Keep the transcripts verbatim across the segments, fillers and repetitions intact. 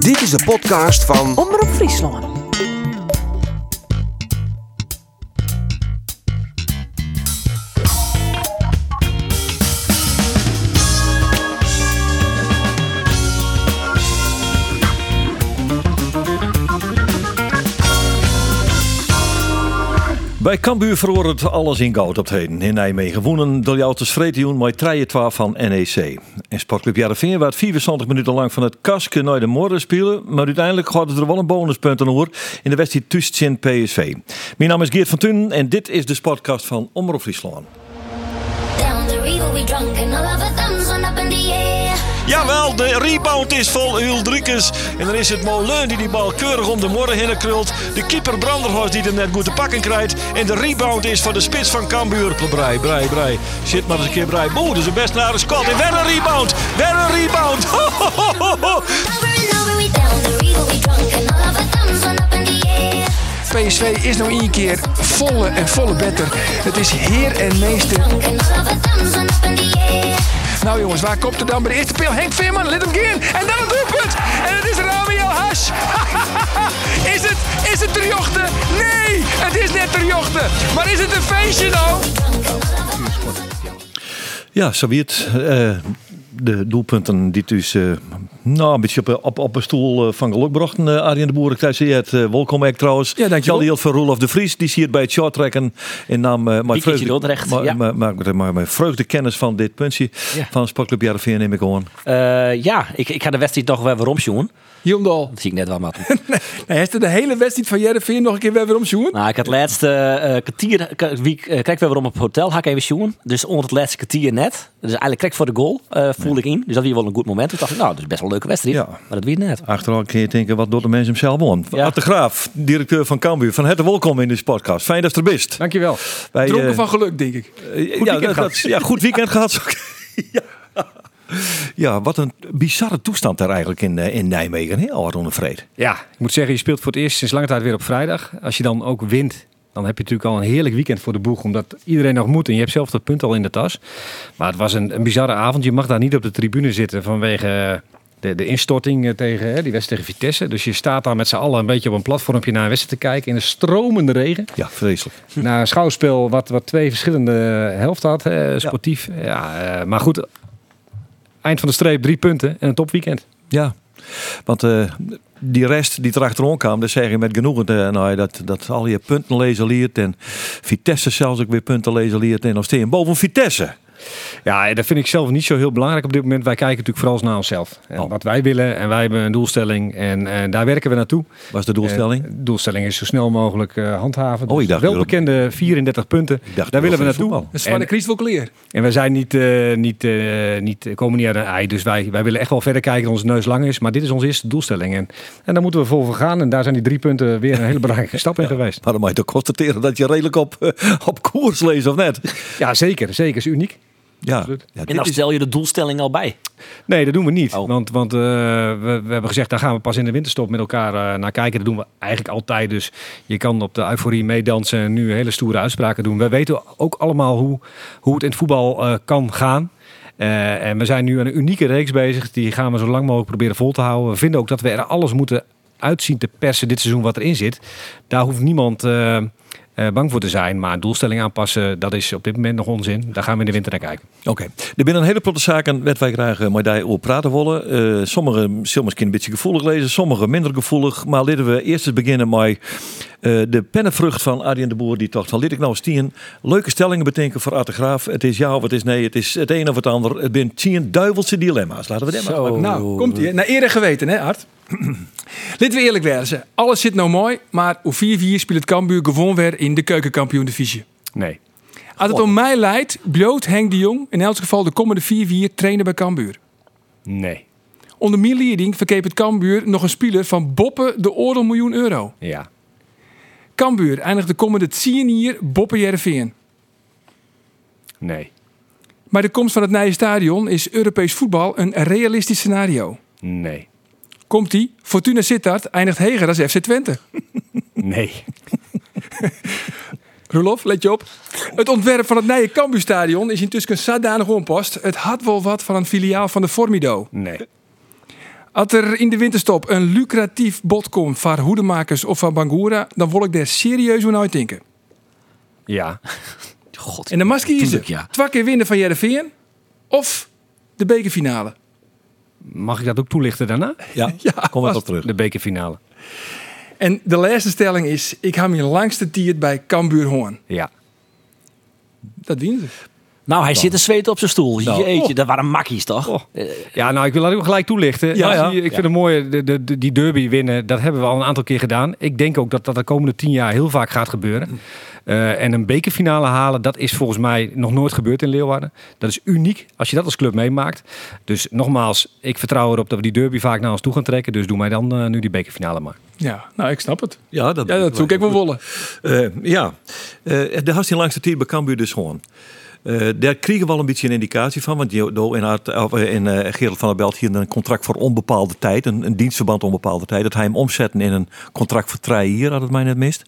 Dit is de podcast van Omroep Friesland. Bij Cambuur verloor het alles in goud op het heden. In Nijmegen wonnen de Jouters Vreetioen met drie twee van N E C. En Sportclub Heerenveen werd vierentwintig minuten lang van het kasken naar de morgen spelen. Maar uiteindelijk gaat het er wel een bonuspunt aan hoor in de wedstrijd tussen P S V. Mijn naam is Geert van Tunen en dit is de sportcast van Omroep Friesland. Jawel, de rebound is vol Uldrikes. En dan is het Moleun die die bal keurig om de morgen heen krult. De keeper Branderhorst die hem net goed te pakken krijgt. En de rebound is voor de spits van Cambuur. Brei, brei, brei. Zit maar eens een keer brei. Boe, dat is een best nare schot. En weer een rebound. Weer een rebound. Ho, ho, ho, ho, ho. P S V is nog één keer volle en volle better. Het is heer en meester. Nou jongens, waar komt het dan bij de eerste pil? Henk Veerman, let hem gaan. En dan het doelpunt. En het is Rami El Hash. Is het, is het terjochten? Nee, het is net terjochten. Maar is het een feestje nou? Ja, zo wie het. Uh, de doelpunten die dus uh, nou, een beetje op, op, op een stoel uh, van geluk brachten. Uh, Arjen de Boer, ik zei ze het. Uh, welkom ik trouwens. Ja, dankjewel. Heel van Roelof de Vries, die zie het bij het short trekken. In naam uh, mijn vreugde, ja. maar, maar, maar, maar vreugde kennis van dit puntje ja. van Sportclub Heerenveen neem ik gewoon. Uh, ja, ik, ik ga de wedstrijd nog weer waarom zien. Hielmdal. Dat zie ik net wel, Matten. nee, heeft er de hele wedstrijd van Heerenveen nog een keer weer om zien? Nou, ik had het laatste uh, kwartier, week, uh, kijk weer waarom op het hotel, ga ik even zien. Dus onder het laatste kwartier net. Dus eigenlijk kijk voor de goal, uh, voelde ja. ik in. Dus dat was wel een goed moment. Toen dacht ik, nou, dat is best wel een leuke wedstrijd. Ja. Maar dat weet net. Achteraf kun je denken, wat doet de mensen hem zelf won? Ja. Art de Graaf, directeur van Cambuur. Van harte welkom in deze podcast. Fijn dat je er bent. Dankjewel. Wij, Dronken uh, van geluk, denk ik. Uh, goed ja, dat, dat, ja, goed weekend gehad. ja. Ja, wat een bizarre toestand daar eigenlijk in, in Nijmegen. Heel hard onder vreed. Ja, ik moet zeggen, je speelt voor het eerst sinds lange tijd weer op vrijdag. Als je dan ook wint, dan heb je natuurlijk al een heerlijk weekend voor de boeg. Omdat iedereen nog moet en je hebt zelf dat punt al in de tas. Maar het was een, een bizarre avond. Je mag daar niet op de tribune zitten vanwege de, de instorting tegen hè, die wedstrijd tegen Vitesse. Dus je staat daar met z'n allen een beetje op een platformpje naar een wedstrijd te kijken in een stromende regen. Ja, vreselijk. Naar een schouwspel wat, wat twee verschillende helften had, hè, sportief. Ja. Ja, uh, maar goed, eind van de streep, drie punten en een topweekend. Ja, want uh, die rest die erachteraan kwam, dat zeg je met genoegen. Uh, nou, dat, dat al je punten lezen leert en Vitesse zelfs ook weer punten lezen leert en nog steeds boven Vitesse. Ja, dat vind ik zelf niet zo heel belangrijk op dit moment. Wij kijken natuurlijk vooral naar onszelf. En oh. wat wij willen en wij hebben een doelstelling en, en daar werken we naartoe. Wat is de doelstelling? De doelstelling is zo snel mogelijk uh, handhaven. Oh, ik dacht dus welbekende vierendertig punten. Dacht, daar willen we naartoe. Dat is van de Christelkleer. En we zijn niet, uh, niet, uh, niet komen niet uit een ei. Dus wij, wij willen echt wel verder kijken dat onze neus lang is. Maar dit is onze eerste doelstelling. En, en daar moeten we vol voor gaan. En daar zijn die drie punten weer een hele belangrijke stap in ja, geweest. Maar dan moet je toch constateren dat je redelijk op, uh, op koers leest, of net? Ja, zeker. Zeker. Is uniek. Ja. Ja, en dan stel je de doelstelling al bij? Nee, dat doen we niet. Oh. Want, want uh, we, we hebben gezegd, daar gaan we pas in de winterstop met elkaar uh, naar kijken. Dat doen we eigenlijk altijd. Dus je kan op de euforie meedansen en nu hele stoere uitspraken doen. We weten ook allemaal hoe, hoe het in het voetbal uh, kan gaan. Uh, en we zijn nu aan een unieke reeks bezig. Die gaan we zo lang mogelijk proberen vol te houden. We vinden ook dat we er alles moeten uitzien te persen dit seizoen wat erin zit. Daar hoeft niemand Uh, Uh, bang voor te zijn, maar een doelstelling aanpassen, dat is op dit moment nog onzin. Daar gaan we in de winter naar kijken. Oké, okay. Er zijn een hele platte zaken waar wij graag uh, met jou over praten willen. Uh, sommige zullen misschien een beetje gevoelig lezen, sommige minder gevoelig. Maar laten we eerst eens beginnen met uh, de pennenvrucht van Arjen de Boer. Die dacht van, liet ik nou stien leuke stellingen bedenken voor Art de Graaf. Het is ja of het is nee, het is het een of het ander. Het zijn tien duivelse dilemma's. Laten we dat maar maken. Nou, komt ie. Naar eerder geweten, hè Art? Laten we eerlijk wezen. Alles zit nou mooi, maar hoe vier vier speelt het Cambuur gewoon weer in de keukenkampioen-divisie. Nee. Als het om mij leidt, bloot Henk de Jong in elk geval de komende vier vier trainen bij Cambuur. Nee. Onder mijn leiding verkeep het Cambuur nog een speler van boppen de oordeel miljoen euro. Ja. Cambuur eindigt de komende tien jaar boppen Heerenveen. Nee. Maar de komst van het nieuwe stadion is Europees voetbal een realistisch scenario. Nee. Komt-ie? Fortuna Sittard eindigt heger als F C Twente. Nee. Roelof, let je op. Het ontwerp van het nieuwe Cambuurstadion is intussen zodanig onpast. Het had wel wat van een filiaal van de Formido. Nee. Als er in de winterstop een lucratief bod komt voor hoedemakers of van Bangura, dan wil ik daar serieus over uitdenken. Ja. God. En dan mag je kiezen. Tuurlijk, ja. Twee keer winnen van Heerenveen of de bekerfinale. Mag ik dat ook toelichten daarna? Ja, Ja, kom maar vast. op terug. De bekerfinale. En de laatste stelling is, ik heb mijn langste tiert bij Cambuur Hoorn. Ja. Dat winnen ze. Nou, hij zit te zweten op zijn stoel. Nou, Jeetje, oh. dat waren makkies, toch? Oh. Ja, nou, ik wil dat ook gelijk toelichten. Ja, Als ja. je- ik vind het mooi, de, de, de- die derby winnen, dat hebben we al een aantal keer gedaan. Ik denk ook dat dat de komende tien jaar heel vaak gaat gebeuren. Uh, en een bekerfinale halen, dat is volgens mij nog nooit gebeurd in Leeuwarden. Dat is uniek als je dat als club meemaakt. Dus nogmaals, ik vertrouw erop dat we die derby vaak naar ons toe gaan trekken. Dus doe mij dan uh, nu die bekerfinale maar. Ja, nou, ik snap het. Ja, dat, Ja, dat zoek ik wel wollen. Uh, ja, uh, de hast in langste tijd bij Cambuur dus gewoon. Uh, daar kregen we al een beetje een indicatie van. Want Jo en, Art, of, uh, en uh, Gerald van der Belt hier een contract voor onbepaalde tijd. Een, een dienstverband onbepaalde tijd. Dat hij hem omzetten in een contract voor drie jaar, had het mij net mist.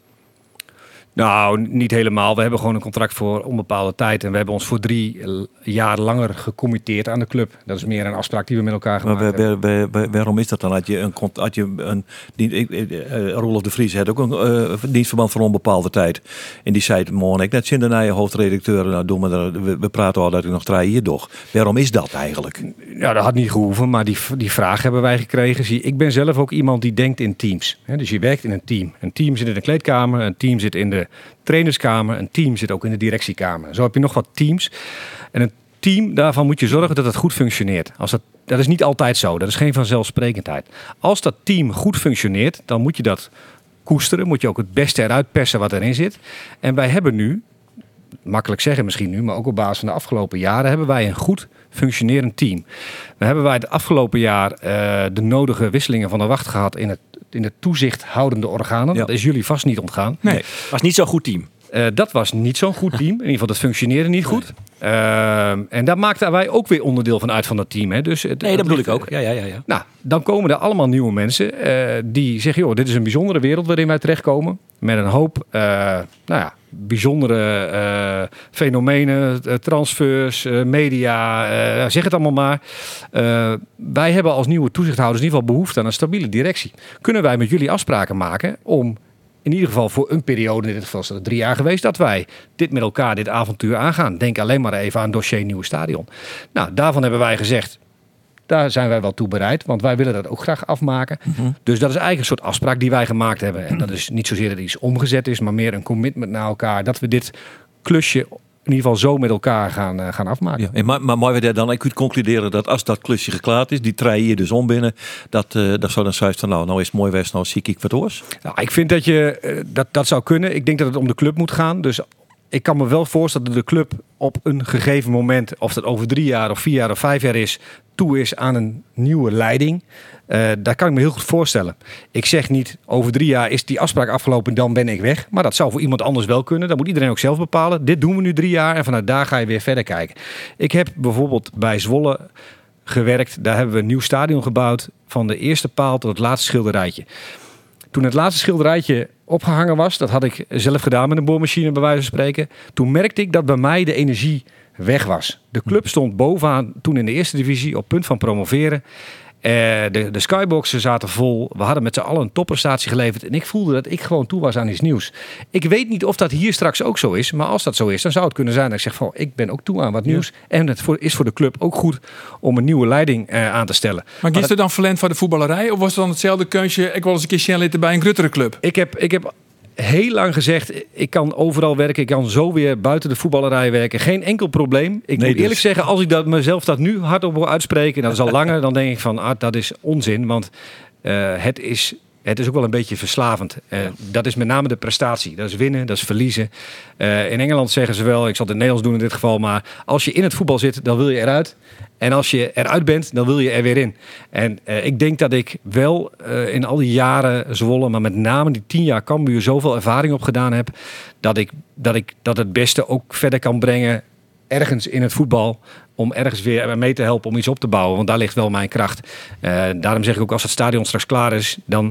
Nou, niet helemaal. We hebben gewoon een contract voor onbepaalde tijd. En we hebben ons voor drie jaar langer gecommitteerd aan de club. Dat is meer een afspraak die we met elkaar gemaakt Maar waar, hebben. waar, waar, waarom is dat dan? Had je een, cont- had je een dien- uh, Roelof de Vries had ook een uh, dienstverband voor onbepaalde tijd. En die zei, morgen ik net zin de nieuwe hoofdredacteur. Nou, doen we, er, we, we praten al dat ik nog drie jaar doch. Waarom is dat eigenlijk? Ja, dat had niet gehoeven, maar die, die vraag hebben wij gekregen. Zie, ik ben zelf ook iemand die denkt in teams. He, dus je werkt in een team. Een team zit in de kleedkamer, een team zit in de trainerskamer, een team zit ook in de directiekamer. Zo heb je nog wat teams. En een team, daarvan moet je zorgen dat het goed functioneert. Als dat, dat is niet altijd zo, dat is geen vanzelfsprekendheid. Als dat team goed functioneert, dan moet je dat koesteren. Moet je ook het beste eruit persen wat erin zit. En wij hebben nu, makkelijk zeggen misschien nu, maar ook op basis van de afgelopen jaren, hebben wij een goed functionerend team. Dan hebben wij het afgelopen jaar uh, de nodige wisselingen van de wacht gehad in het, in de toezichthoudende organen. Ja. Dat is jullie vast niet ontgaan. Nee. Was niet zo'n goed team. Uh, dat was niet zo'n goed team. In ieder geval, dat functioneerde niet goed. Uh, en daar maakten wij ook weer onderdeel van uit van dat team. Hè. Dus het, Nee, dat bedoel ik het- ook. Ja, ja, ja. ja. Nou, dan komen er allemaal nieuwe mensen uh, die zeggen, joh, dit is een bijzondere wereld waarin wij terechtkomen. Met een hoop, uh, nou ja, bijzondere uh, fenomenen, uh, transfers, uh, media, uh, zeg het allemaal maar. Uh, wij hebben als nieuwe toezichthouders in ieder geval behoefte aan een stabiele directie. Kunnen wij met jullie afspraken maken om in ieder geval voor een periode, in dit geval is het drie jaar geweest, dat wij dit met elkaar, dit avontuur aangaan. Denk alleen maar even aan dossier Nieuwe Stadion. Nou, daarvan hebben wij gezegd, daar zijn wij wel toe bereid, want wij willen dat ook graag afmaken. Mm-hmm. Dus dat is eigenlijk een soort afspraak die wij gemaakt hebben. En dat is niet zozeer dat iets omgezet is, maar meer een commitment naar elkaar, dat we dit klusje in ieder geval zo met elkaar gaan, uh, gaan afmaken. Ja, en maar, maar mooi we dan, ik kunt concluderen dat als dat klusje geklaard is, die drie hier dus om binnen, dat, uh, dat zou dan juist van nou, nou is het mooi West, nou zie ik wat oors. Nou, ik vind dat je uh, dat, dat zou kunnen. Ik denk dat het om de club moet gaan. Dus ik kan me wel voorstellen dat de club op een gegeven moment, of dat over drie jaar of vier jaar of vijf jaar is, toe is aan een nieuwe leiding. Uh, daar kan ik me heel goed voorstellen. Ik zeg niet, over drie jaar is die afspraak afgelopen, dan ben ik weg. Maar dat zou voor iemand anders wel kunnen. Dat moet iedereen ook zelf bepalen. Dit doen we nu drie jaar en vanuit daar ga je weer verder kijken. Ik heb bijvoorbeeld bij Zwolle gewerkt. Daar hebben we een nieuw stadion gebouwd. Van de eerste paal tot het laatste schilderijtje. Toen het laatste schilderijtje opgehangen was, dat had ik zelf gedaan met een boormachine bij wijze van spreken. Toen merkte ik dat bij mij de energie weg was. De club stond bovenaan toen in de eerste divisie op punt van promoveren. Uh, de, de skyboxen zaten vol. We hadden met z'n allen een topprestatie geleverd. En ik voelde dat ik gewoon toe was aan iets nieuws. Ik weet niet of dat hier straks ook zo is. Maar als dat zo is, dan zou het kunnen zijn dat ik zeg van, ik ben ook toe aan wat nieuws. Ja. En het voor, is voor de club ook goed om een nieuwe leiding uh, aan te stellen. Maar is er dan verlend van de voetballerij? Of was het dan hetzelfde kunstje? Ik wil eens een keer Sjen bij een gruttere club. Ik heb... Ik heb heel lang gezegd, ik kan overal werken. Ik kan zo weer buiten de voetballerij werken. Geen enkel probleem. Ik nee, moet eerlijk dus. zeggen, als ik dat, mezelf dat nu hardop wil uitspreken, dat is al langer, dan denk ik van, ah, dat is onzin. Want uh, het is... Het is ook wel een beetje verslavend. Uh, ja. Dat is met name de prestatie. Dat is winnen, dat is verliezen. Uh, in Engeland zeggen ze wel, ik zal het in het Nederlands doen in dit geval, maar als je in het voetbal zit, dan wil je eruit. En als je eruit bent, dan wil je er weer in. En uh, ik denk dat ik wel uh, in al die jaren Zwolle, maar met name die tien jaar Cambuur, zoveel ervaring opgedaan heb, dat ik, dat ik dat het beste ook verder kan brengen ergens in het voetbal, om ergens weer mee te helpen om iets op te bouwen. Want daar ligt wel mijn kracht. Uh, daarom zeg ik ook, als het stadion straks klaar is, dan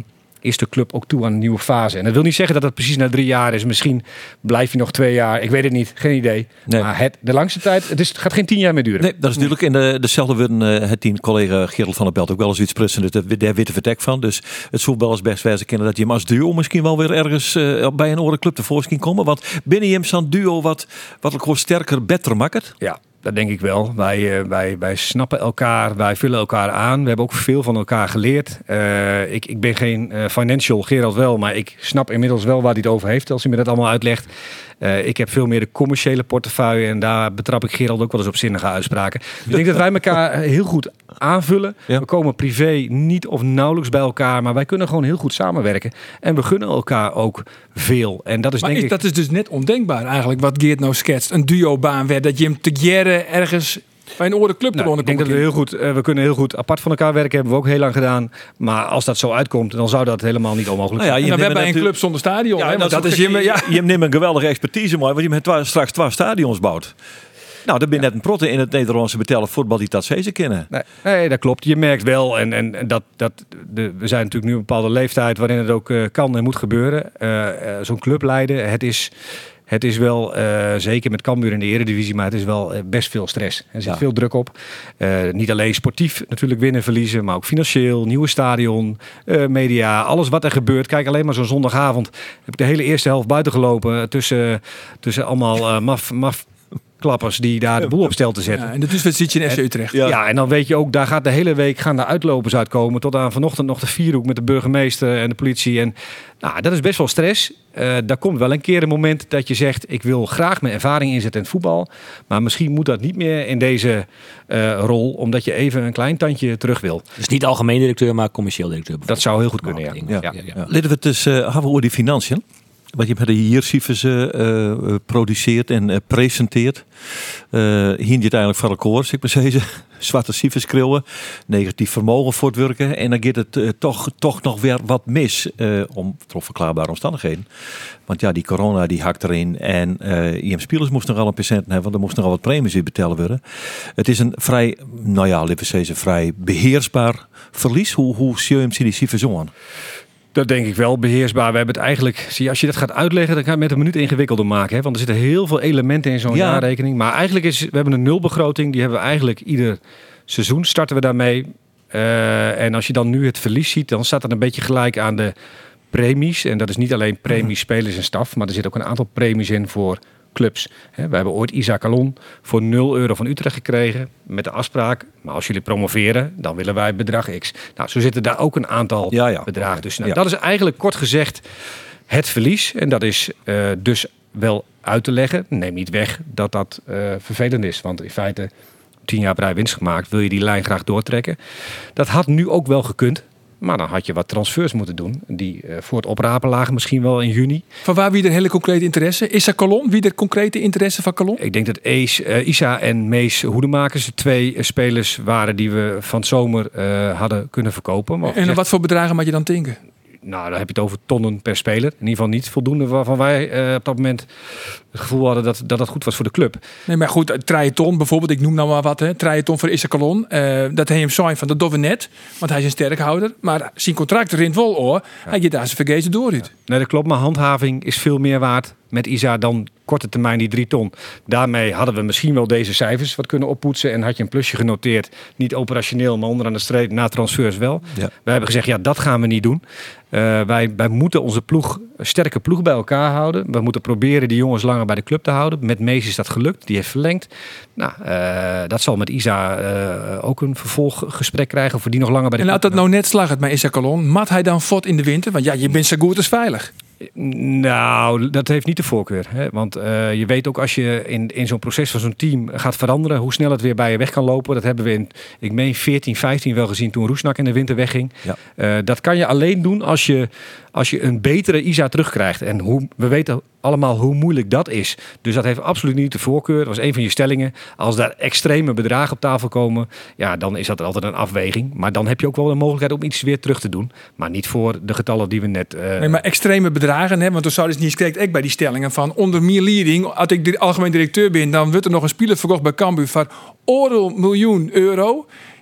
is de club ook toe aan een nieuwe fase. En dat wil niet zeggen dat het precies na drie jaar is. Misschien blijf je nog twee jaar. Ik weet het niet. Geen idee. Nee. Maar het, de langste tijd, het, is, het gaat geen tien jaar meer duren. Nee, dat is natuurlijk in de, dezelfde worden uh, het tien collega Gerald van der Belt ook wel eens iets prussen. Daar witte vertek van. Dus het zou wel eens best wijze kennen dat je hem als duo misschien wel weer ergens uh, bij een andere club tevoorschijn komen. Want binnen je hem zo'n duo wat, wat ook gewoon sterker, beter maakt. Ja. Dat denk ik wel. Wij, uh, wij, wij snappen elkaar, wij vullen elkaar aan. We hebben ook veel van elkaar geleerd. Uh, ik, ik ben geen uh, financial, Gerald wel, maar ik snap inmiddels wel waar hij het over heeft als hij me dat allemaal uitlegt. Uh, ik heb veel meer de commerciële portefeuille en daar betrap ik Gerald ook wel eens op zinnige uitspraken. Dus ik denk dat wij elkaar heel goed aanvullen. Ja. We komen privé niet of nauwelijks bij elkaar, maar wij kunnen gewoon heel goed samenwerken. En we gunnen elkaar ook veel. En dat is maar denk is, ik... dat is dus net ondenkbaar eigenlijk wat Geert nou schetst. Een duo-baan werd, dat je hem te jaren ergens bij een oorde club nou, ik denk dat we heel goed, uh, we kunnen heel goed apart van elkaar werken, hebben we ook heel lang gedaan. Maar als dat zo uitkomt, dan zou dat helemaal niet onmogelijk zijn. Nou ja, je hebt bij een club zonder stadion. Ja, hè, dat, dat is is je, ja. je neemt een geweldige expertise, mooi, want je hebt twa, straks twee stadions bouwt. Nou, dat ben je net een protte in het Nederlandse betellen voetbal die dat ze kennen. Nee, nee, dat klopt. Je merkt wel, en, en dat, dat de, we zijn natuurlijk nu een bepaalde leeftijd waarin het ook uh, kan en moet gebeuren. Uh, uh, zo'n club leiden, het is... Het is wel, uh, zeker met Cambuur in de Eredivisie, maar het is wel uh, best veel stress. Er zit ja. veel druk op. Uh, niet alleen sportief natuurlijk winnen, verliezen, maar ook financieel, nieuwe stadion, uh, media, alles wat er gebeurt. Kijk, alleen maar zo'n zondagavond heb ik de hele eerste helft buiten gelopen tussen, tussen allemaal uh, maf, maf klappers die daar de boel op stel te zetten. Ja, en dat zit je in F C Utrecht. Ja. ja, en dan weet je ook, daar gaat de hele week gaan de uitlopers uitkomen. Tot aan vanochtend nog de vierhoek met de burgemeester en de politie. En nou, dat is best wel stress. Uh, daar komt wel een keer een moment dat je zegt, ik wil graag mijn ervaring inzetten in het voetbal. Maar misschien moet dat niet meer in deze uh, rol, omdat je even een klein tandje terug wil. Dus niet algemeen directeur, maar commercieel directeur. Dat zou heel goed kunnen, ja. ja. ja, ja, ja. Laten we het dus uh, hebben over die financiën. Wat je bij de hier cijfers uh, uh, produceert en uh, presenteert. Uh, hier je het eigenlijk van elkaar, ik maar zeggen. Zwarte cijfers schreeuwen, negatief vermogen voortwerken. En dan gaat het uh, toch, toch nog weer wat mis. Uh, om toch verklaarbare omstandigheden. Want ja, die corona die hakt erin. En uh, I M-spelers moesten nog al een patiënt hebben. Want er moest nog al wat premies in betalen worden. Het is een vrij, nou ja, laten we zeggen, vrij beheersbaar verlies. Hoe, hoe zie je die cijfers aan? Dat denk ik wel, beheersbaar. We hebben het eigenlijk, zie je, als je dat gaat uitleggen, dan ga je met een minuut ingewikkelder maken. Hè? Want er zitten heel veel elementen in zo'n ja. jaarrekening. Maar eigenlijk is, we hebben een nulbegroting. Die hebben we eigenlijk ieder seizoen starten we daarmee. Uh, en als je dan nu het verlies ziet, dan staat dat een beetje gelijk aan de premies. En dat is niet alleen premies, spelers en staf. Maar er zit ook een aantal premies in voor clubs. We hebben ooit Isaac Alon voor nul euro van Utrecht gekregen. Met de afspraak, maar als jullie promoveren, dan willen wij bedrag X. Nou, zo zitten daar ook een aantal ja, ja. bedragen. Dus nou, ja. dat is eigenlijk kort gezegd het verlies. En dat is uh, dus wel uit te leggen. Neem niet weg dat dat uh, vervelend is. Want in feite, tien jaar vrij winst gemaakt, wil je die lijn graag doortrekken. Dat had nu ook wel gekund. Maar dan had je wat transfers moeten doen. Die uh, voor het oprapen lagen misschien wel in juni. Van waar wie er hele concrete interesse? Is er Colon? Wie er concrete interesse van Colon? Ik denk dat Ees, uh, Isa en Mees Hoedemakers de twee uh, spelers waren die we van het zomer uh, hadden kunnen verkopen. Maar en gezegd, wat voor bedragen moet je dan denken? Nou, dan heb je het over tonnen per speler. In ieder geval niet voldoende waarvan wij uh, op dat moment het gevoel hadden dat, dat dat goed was voor de club. Nee, maar goed, Trajeton bijvoorbeeld, ik noem nou maar wat, hè. Trajeton voor Issa Colon. Uh, dat hij hem zei van, dat doen we net, want hij is een sterkhouder. Maar zijn contract rint wel, hoor. Ja. Hij gaat daar zijn vergezen door uit. Ja. Nee, dat klopt, maar handhaving is veel meer waard met Isa dan korte termijn die drie ton. Daarmee hadden we misschien wel deze cijfers wat kunnen oppoetsen en had je een plusje genoteerd. Niet operationeel, maar onderaan de streep na transfers wel. Ja. Wij hebben gezegd, ja, dat gaan we niet doen. Uh, wij, wij moeten onze ploeg, sterke ploeg bij elkaar houden. We moeten proberen die jongens langer bij de club te houden. Met Mees is dat gelukt, die heeft verlengd. Nou, uh, dat zal met Isa uh, ook een vervolggesprek krijgen of die nog langer bij de en club. En laat dat nou net slagen met Issa Colon. Mat hij dan fort in de winter? Want ja, je bent zo goed als veilig. Nou, dat heeft niet de voorkeur. Hè? Want uh, je weet ook als je in, in zo'n proces van zo'n team gaat veranderen, hoe snel het weer bij je weg kan lopen. Dat hebben we in, ik meen, veertien, vijftien wel gezien toen Roesnak in de winter wegging. Ja. Uh, dat kan je alleen doen als je, als je een betere Isa terugkrijgt. En hoe, we weten allemaal hoe moeilijk dat is. Dus dat heeft absoluut niet de voorkeur. Dat was een van je stellingen. Als daar extreme bedragen op tafel komen, ja, dan is dat altijd een afweging. Maar dan heb je ook wel de mogelijkheid om iets weer terug te doen. Maar niet voor de getallen die we net... Uh... Nee, maar extreme bedragen, hè? Want dan zou dus niet correct ook bij die stellingen van onder meer leading, als ik de algemeen directeur ben, dan wordt er nog een speler verkocht bij Cambuur voor oordeel miljoen euro.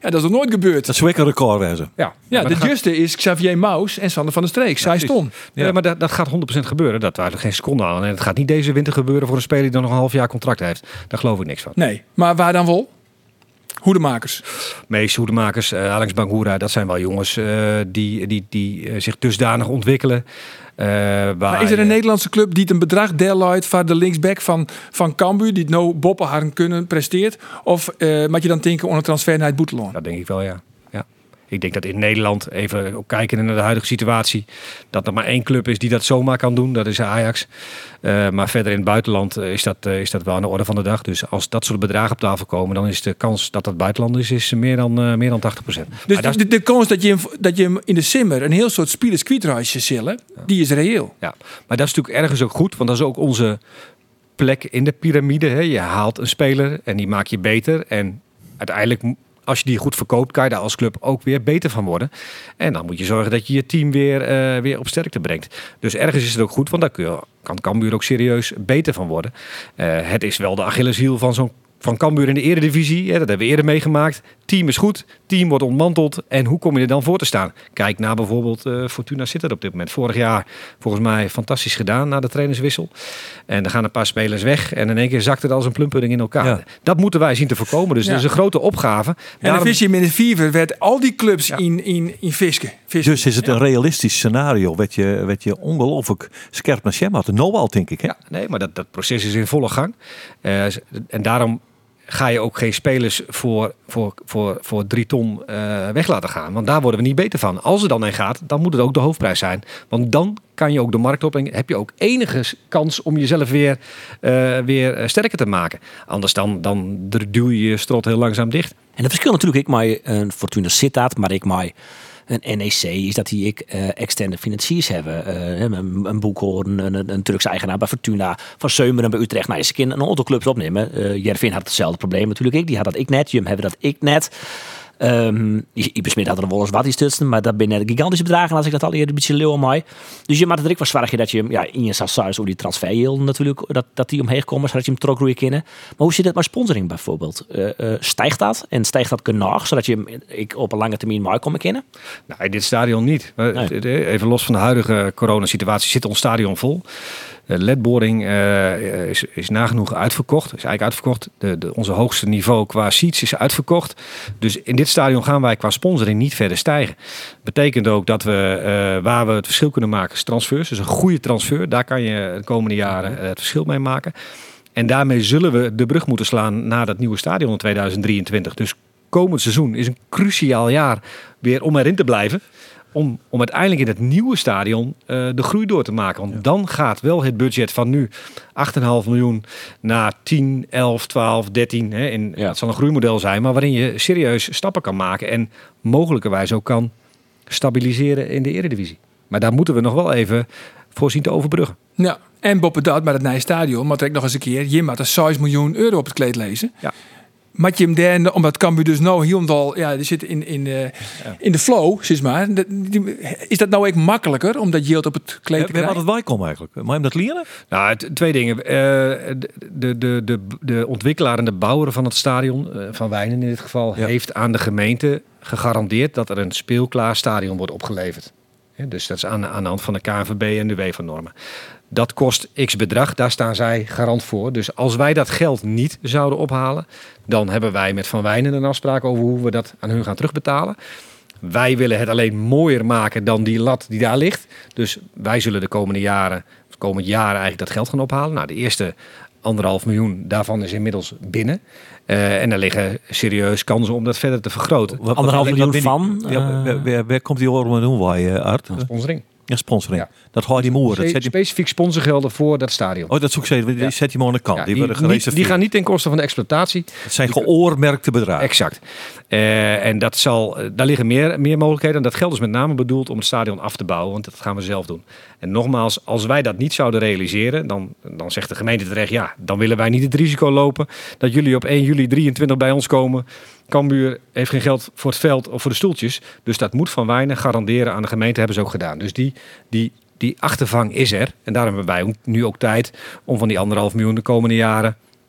Ja, dat is nog nooit gebeurd. Dat is een record wezen. Ja, Ja, maar de dat gaat- juiste is Xavier Maus en Sander van der Streek. Zij precies. stond. Ja, maar dat, dat gaat honderd procent gebeuren. Dat waren er geen seconde aan. En het gaat niet deze winter gebeuren voor een speler die dan nog een half jaar contract heeft. Daar geloof ik niks van. Nee, maar waar dan wel? Hoedemakers. Mees, Hoedemakers, uh, Alex Bangura, dat zijn wel jongens uh, die, die, die uh, zich dusdanig ontwikkelen. Uh, waar Maar is er een je- Nederlandse club die het een bedrag deelluidt voor de linksback van, van Cambuur, die het nou Boppenharn kunnen presteert? Of uh, moet je dan denken onder transfer naar het Boeteloon? Dat denk ik wel, ja. ja. Ik denk dat in Nederland, even ook kijken naar de huidige situatie, dat er maar één club is die dat zomaar kan doen. Dat is Ajax. Uh, maar verder in het buitenland uh, is, dat, uh, is dat wel aan de orde van de dag. Dus als dat soort bedragen op tafel komen, dan is de kans dat dat buitenland is, is meer dan, uh, meer dan tachtig procent. Dus de, de, de kans dat je, hem, dat je hem in de simmer een heel soort spielerskwietreisje zillen, ja. die is reëel. Ja, maar dat is natuurlijk ergens ook goed, want dat is ook onze plek in de piramide. Hè. Je haalt een speler en die maak je beter. En uiteindelijk, als je die goed verkoopt, kan je daar als club ook weer beter van worden. En dan moet je zorgen dat je je team weer, uh, weer op sterkte brengt. Dus ergens is het ook goed, want daar kun je, kan Cambuur ook serieus beter van worden. Uh, het is wel de Achilleshiel van zo'n van Cambuur in de Eredivisie. Ja, dat hebben we eerder meegemaakt. Team is goed, team wordt ontmanteld. En hoe kom je er dan voor te staan? Kijk naar bijvoorbeeld uh, Fortuna Sittard op dit moment. Vorig jaar volgens mij fantastisch gedaan na de trainerswissel. En er gaan een paar spelers weg. En in één keer zakt het als een plumpudding in elkaar. Ja. Dat moeten wij zien te voorkomen. Dus ja. dat is een grote opgave. En Daarom... de visie met de Fever werd al die clubs ja. in, in, in Fiske. Fiske. Dus is het een realistisch scenario wat je, wat je ongelooflijk scherp naar Sjem had. Nou al, denk ik. Hè? Ja, nee, maar dat, dat proces is in volle gang. Uh, en daarom ga je ook geen spelers voor, voor, voor, voor drie ton uh, weg laten gaan. Want daar worden we niet beter van. Als er dan een gaat, dan moet het ook de hoofdprijs zijn. Want dan kan je ook de markt op en heb je ook enige kans om jezelf weer, uh, weer sterker te maken. Anders dan, dan duw je je strot heel langzaam dicht. En het verschil natuurlijk, ik maar een Fortuna Sittard, maar ik maar een N E C is dat die ik uh, externe financiers hebben. Uh, een, een Boekhoorn, een, een Turkse eigenaar bij Fortuna, van Seumeren bij Utrecht. Nou, je kunnen een aantal clubs opnemen. Uh, Jervin had hetzelfde probleem natuurlijk. Ik. Die had dat ik net. Jum hebben dat ik net. Um, Ibersmit had er wel eens wat die stutsen, maar dat binnen gigantische bedragen als ik dat al eerder een beetje leeuw aan mij. Dus je maakt het er ook wel zwaar dat je ja, in je saus over die transferhield natuurlijk, dat, dat die omheen komen, zodat je hem teruggroeien kunnen. Maar hoe zit het met sponsoring bijvoorbeeld? Uh, uh, stijgt dat? En stijgt dat genoeg, zodat je hem ik op een lange termijn mooi kan kennen? Nou, in dit stadion niet. Nee. Even los van de huidige coronasituatie zit ons stadion vol. De ledboring uh, is, is nagenoeg uitverkocht. Is eigenlijk uitverkocht. De, de, onze hoogste niveau qua seats is uitverkocht. Dus in dit stadion gaan wij qua sponsoring niet verder stijgen. Betekent ook dat we, uh, waar we het verschil kunnen maken, is transfers. Dus een goede transfer. Daar kan je de komende jaren uh, het verschil mee maken. En daarmee zullen we de brug moeten slaan naar dat nieuwe stadion in tweeduizend drieëntwintig. Dus komend seizoen is een cruciaal jaar weer om erin te blijven. Om, om uiteindelijk in het nieuwe stadion uh, de groei door te maken. Want ja. dan gaat wel het budget van nu acht komma vijf miljoen naar tien, elf, twaalf, dertien. Hè, in, ja. Het zal een groeimodel zijn, maar waarin je serieus stappen kan maken. En mogelijkerwijs ook kan stabiliseren in de Eredivisie. Maar daar moeten we nog wel even voor zien te overbruggen. Ja, en boppen dat met het nieuwe stadion. Maar trek nog eens een keer. Je moet er zes miljoen euro op het kleed lezen. Ja. Mat je hem derde, omdat Cambuur dus nou helemaal, ja, die zit in, in, uh, ja. in de flow, zeg maar. Is dat nou ook makkelijker om dat yield op het kleed te krijgen? Waar het wij komen eigenlijk? Mag je hem dat leren? Nou, het, twee dingen. Uh, de, de, de, de ontwikkelaar en de bouwer van het stadion, uh, Van Wijnen in dit geval, ja. heeft aan de gemeente gegarandeerd dat er een speelklaar stadion wordt opgeleverd. Ja, dus dat is aan, aan de hand van de K N V B en de UEFA-normen. Dat kost x bedrag, daar staan zij garant voor. Dus als wij dat geld niet zouden ophalen, dan hebben wij met Van Wijnen een afspraak over hoe we dat aan hun gaan terugbetalen. Wij willen het alleen mooier maken dan die lat die daar ligt. Dus wij zullen de komende jaren, de komende jaren eigenlijk dat geld gaan ophalen. Nou, de eerste anderhalf miljoen daarvan is inmiddels binnen. Uh, en er liggen serieus kansen om dat verder te vergroten. Wat, anderhalf miljoen van? Uh, ja, waar, waar, waar komt die oren doen wij, Art? Sponsoring. Ja, sponsoring. Ja. Dat hoort die moer. Dat specifiek sponsorgelden voor dat stadion. Oh, dat is ook zo. Die ja. zet je maar aan de kant. Ja, die, die, worden niet, die gaan niet ten koste van de exploitatie. Het zijn geoormerkte bedragen. Exact. Uh, en dat zal, daar liggen meer, meer mogelijkheden. En dat geld is met name bedoeld om het stadion af te bouwen. Want dat gaan we zelf doen. En nogmaals, als wij dat niet zouden realiseren, dan, dan zegt de gemeente terecht, ja, dan willen wij niet het risico lopen dat jullie op één juli drieëntwintig bij ons komen. Cambuur heeft geen geld voor het veld of voor de stoeltjes. Dus dat moet Van Wijnen garanderen aan de gemeente. Hebben ze ook gedaan. Dus die, die, die achtervang is er. En daarom hebben wij nu ook tijd om van die anderhalf miljoen de komende jaren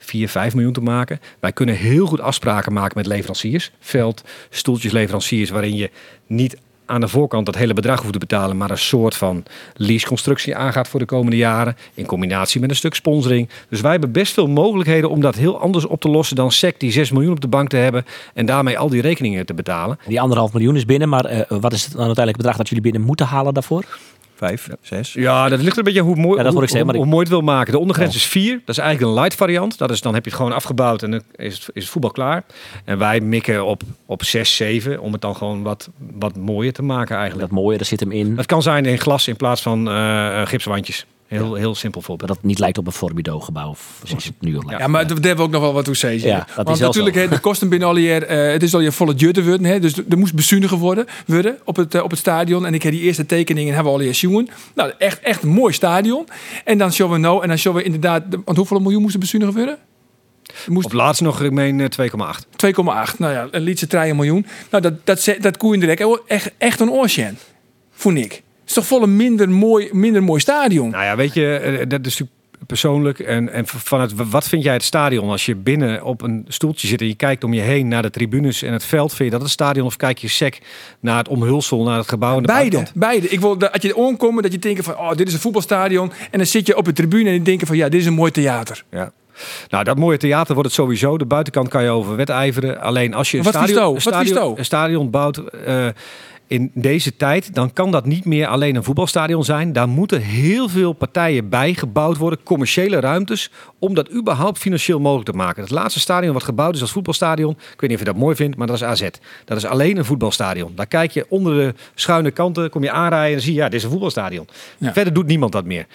vier, vijf miljoen te maken. Wij kunnen heel goed afspraken maken met leveranciers. Veld, stoeltjes, leveranciers, waarin je niet aan de voorkant dat hele bedrag hoeft te betalen, maar een soort van leaseconstructie aangaat voor de komende jaren. In combinatie met een stuk sponsoring. Dus wij hebben best veel mogelijkheden om dat heel anders op te lossen dan S E C die zes miljoen op de bank te hebben en daarmee al die rekeningen te betalen. Die anderhalf miljoen is binnen, maar uh, wat is het dan uiteindelijk bedrag dat jullie binnen moeten halen daarvoor? Vijf, zes. Ja, dat ligt er een beetje hoe mooi, ja, dat hoe, ik zeggen, hoe, maar hoe mooi het wil maken. De ondergrens oh. is vier. Dat is eigenlijk een light variant. Dat is, dan heb je het gewoon afgebouwd en dan is het, is het voetbal klaar. En wij mikken op, op zes, zeven om het dan gewoon wat, wat mooier te maken eigenlijk. Dat mooie, daar zit hem in. Dat kan zijn in glas in plaats van uh, gipswandjes. Heel, heel simpel voorbeeld. Dat het niet lijkt op een Forbido-gebouw, zoals het nu al lijkt. Ja, maar daar hebben we ook nog wel wat toe zeggen. Ja, dat Want is wel natuurlijk, zo. hè, de kosten binnen al hier, uh, het is al je volle deur te worden. Hè, dus er moest bezuinigen worden, worden op, het, uh, op het stadion. En ik heb die eerste tekeningen hebben we al hier zien. Nou, echt, echt een mooi stadion. En dan zullen we nou, en dan zullen we inderdaad, want hoeveel miljoen moesten bezuinigen worden? Moest op laatst nog, ik meen twee komma acht. twee komma acht, nou ja, een liedje drie miljoen. Nou, dat, dat, dat, dat koeien direct echt, echt een oortje. Vond ik. Het is toch vol een minder mooi, minder mooi stadion. Nou ja, weet je, dat is natuurlijk persoonlijk. En, en vanuit wat vind jij het stadion? Als je binnen op een stoeltje zit en je kijkt om je heen naar de tribunes en het veld, vind je dat het stadion of kijk je sec naar het omhulsel, naar het gebouw? En de beide, buitenkant? beide. Ik wil dat als je onkomt, dat je denkt van, oh, dit is een voetbalstadion. En dan zit je op de tribune en je denkt van, ja, dit is een mooi theater. Ja. Nou, dat mooie theater wordt het sowieso. De buitenkant kan je over wedijveren. Alleen als je een Wat stadion, vies toe? een Wat vies stadion, toe? een stadion bouwt uh, in deze tijd, dan kan dat niet meer alleen een voetbalstadion zijn. Daar moeten heel veel partijen bij gebouwd worden, commerciële ruimtes, om dat überhaupt financieel mogelijk te maken. Het laatste stadion wat gebouwd is als voetbalstadion, ik weet niet of je dat mooi vindt, maar dat is A Z. Dat is alleen een voetbalstadion. Daar kijk je onder de schuine kanten, kom je aanrijden en dan zie je, ja, dit is een voetbalstadion. Ja. Verder doet niemand dat meer.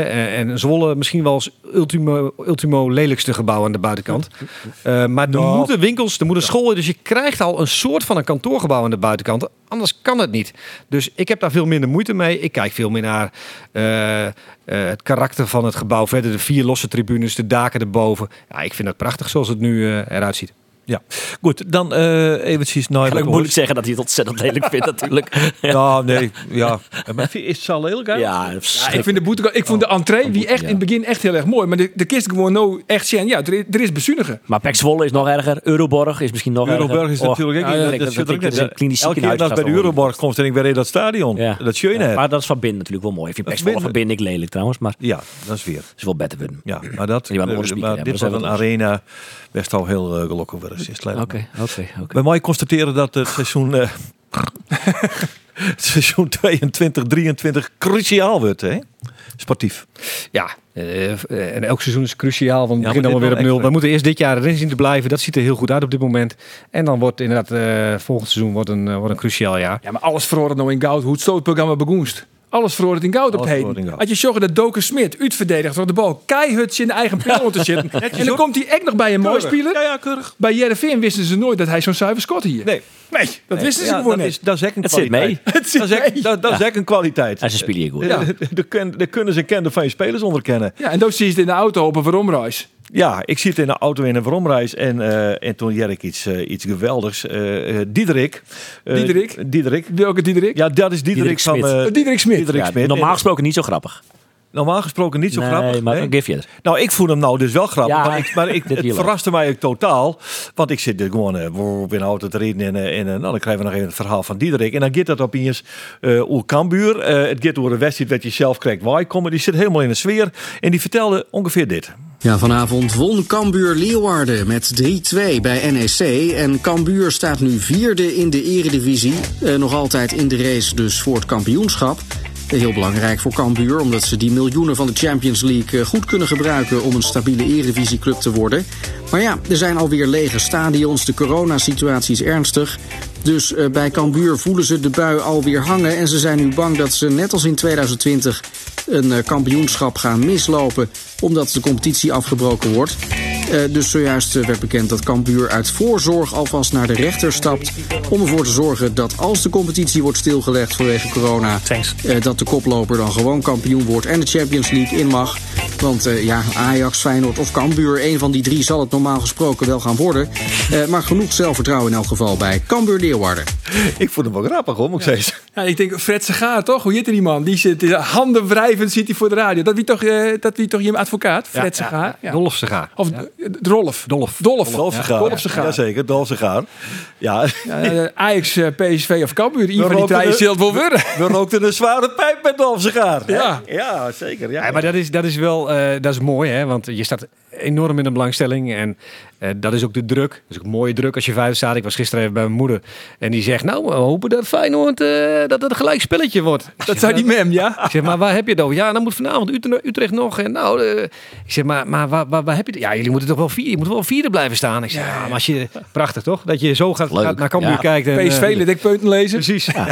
En Zwolle misschien wel als ultimo, ultimo lelijkste gebouw aan de buitenkant. Uh, maar er Oh. moeten winkels, er moet een school, dus je krijgt al een soort van een kantoorgebouw aan de buitenkant. Anders kan het niet. Dus ik heb daar veel minder moeite mee. Ik kijk veel meer naar uh, uh, het karakter van het gebouw. Verder de vier losse tribunes, de daken erboven. Ja, ik vind het prachtig zoals het nu uh, eruit ziet. Ja, goed. Dan uh, eventjes naar... Kan ik moeilijk zeggen dat hij het ontzettend lelijk vindt natuurlijk. Ja, nee. Ja. Maar is het zo lelijk uit? Ja, ja, ik vind de boete, ik vond de entree wie echt ja. in het begin echt heel erg mooi. Maar de, de kist gewoon nou echt zien. Ja, er, er is bezuinigen. Maar Pek Zwolle is nog erger. Euroborg is misschien nog Euroborg erger. is natuurlijk ook. Oh, ja, dat, dat, dat, dat, dat, dat is een klinisch elke keer als bij de Euroborg komt en ik weer in dat stadion. Ja. Dat schön ja, maar dat is van binnen natuurlijk wel mooi. Ik vind Pek Zwolle van binnen ik lelijk trouwens. Maar ja, dat is weer. Dat is wel beter worden. Ja, maar dat. Die uh, maar dit was een arena best al heel uh, gelokken worden. Oké, oké. Okay, okay. Bij mij constateren dat het seizoen, uh, het seizoen tweeëntwintig drieëntwintig cruciaal wordt, hè? Sportief. Ja, uh, en elk seizoen is cruciaal, want we ja, beginnen allemaal weer op nul. Extra. We moeten eerst dit jaar erin zien te blijven. Dat ziet er heel goed uit op dit moment. En dan wordt inderdaad uh, volgend seizoen wordt een, uh, wordt een cruciaal jaar. Ja, maar alles verhoort nou in goud. Hoe het stootprogramma begoenst. Alles verhoor het in goud op heden. Als je zorgt dat Doken Smit uitverdedigt door de bal keihard in de eigen pil te zitten. En dan komt hij echt nog bij een mooi speler. Ja, ja, keurig. Bij Heerenveen wisten ze nooit dat hij zo'n zuiver schot hier. Nee. Nee, dat nee. wisten ze ja, gewoon dat niet. Is, dat is echt een het kwaliteit. Zit mee. Het zit dat is echt, mee. dat, dat ja. is echt een kwaliteit. En ze spelen hier goed. Ja. Daar kunnen ze kennen van je spelers onderkennen. Ja, en dan zie je het in de auto op een veromreis. Ja, ik zit in de auto in een veromreis en, uh, en toen jij ik iets, uh, iets geweldigs. Uh, Diederik. Uh, Diederik? Diederik. Welke Diederik? Ja, dat is Diederik, Diederik van... Uh, uh, Diederik Smit. Diederik ja, Smit. Normaal gesproken niet zo grappig. Normaal gesproken niet zo nee, grappig. Maar nee, een gifje. Nou, ik voel hem nou dus wel grappig. Ja, maar ik, maar ik, het verraste mij ook totaal. Want ik zit er gewoon uh, op in de auto te rijden. En, en, en nou, dan krijgen we nog even het verhaal van Diederik. En dan gaat dat opeens uh, over Cambuur. Uh, het gaat door een wedstrijd wat je zelf krijgt. Waar je komt. Die zit helemaal in de sfeer. En die vertelde ongeveer dit. Ja, vanavond won Cambuur Leeuwarden met drie twee bij N E C. En Cambuur staat nu vierde in de eredivisie. Uh, nog altijd in de race dus voor het kampioenschap. Heel belangrijk voor Cambuur, omdat ze die miljoenen van de Champions League goed kunnen gebruiken om een stabiele eredivisieclub te worden. Maar ja, er zijn alweer lege stadions, de coronasituatie is ernstig. Dus uh, bij Cambuur voelen ze de bui alweer hangen en ze zijn nu bang dat ze net als in tweeduizend twintig een uh, kampioenschap gaan mislopen, omdat de competitie afgebroken wordt. Uh, dus zojuist uh, werd bekend dat Cambuur uit voorzorg alvast naar de rechter stapt om ervoor te zorgen dat als de competitie wordt stilgelegd vanwege corona, uh, dat de koploper dan gewoon kampioen wordt en de Champions League in mag. Want uh, ja, Ajax, Feyenoord of Cambuur, een van die drie zal het normaal gesproken wel gaan worden. Uh, maar genoeg zelfvertrouwen in elk geval bij Cambuur Leeuwarden. Ik vond hem wel grappig, hoor, moet ik zeggen. Ja, ik denk, Fred Segaar, toch? Hoe heet die man? Die zit handen wrijvend zit hij voor de radio. Dat wie toch, uh, dat wie toch je advocaat, Fred ja, Segaar? Ja, Dolf Segaar. Of ja. Rolf. Dolf. Dolf. Dolf Segaar. Dolf Segaar. Jazeker, Dolf Segaar. Ja. Ja, uh, Ajax, uh, P S V of Cambuur. Iemand van die rookten trein de- zult wel worden. We rookten een zware pijp met Dolf Segaar. hè? Ja. Ja, zeker. Ja, Ja, maar dat is, dat is wel uh, dat is mooi, hè? Want je staat enorm in de belangstelling. En uh, dat is ook de druk. Dat is ook een mooie druk als je vijf staat. Ik was gisteren even bij mijn moeder. En die zegt, nou, we hopen dat Feyenoord uh, dat het een gelijk spelletje wordt. Dat zei die mem, ja? Ik zeg, maar waar heb je het over? Ja, dan moet vanavond Utrecht, Utrecht nog. En nou, uh, ik zeg, maar, maar waar, waar, waar heb je het? Ja, jullie moeten toch wel vier, je moet wel vierde blijven staan. Ik zeg, ja, maar als je, prachtig toch? Dat je zo gaat, Leuk. gaat naar Cambuur Ja. kijkt. En, P S V, uh, liet ik peuten lezen. Precies. Ja.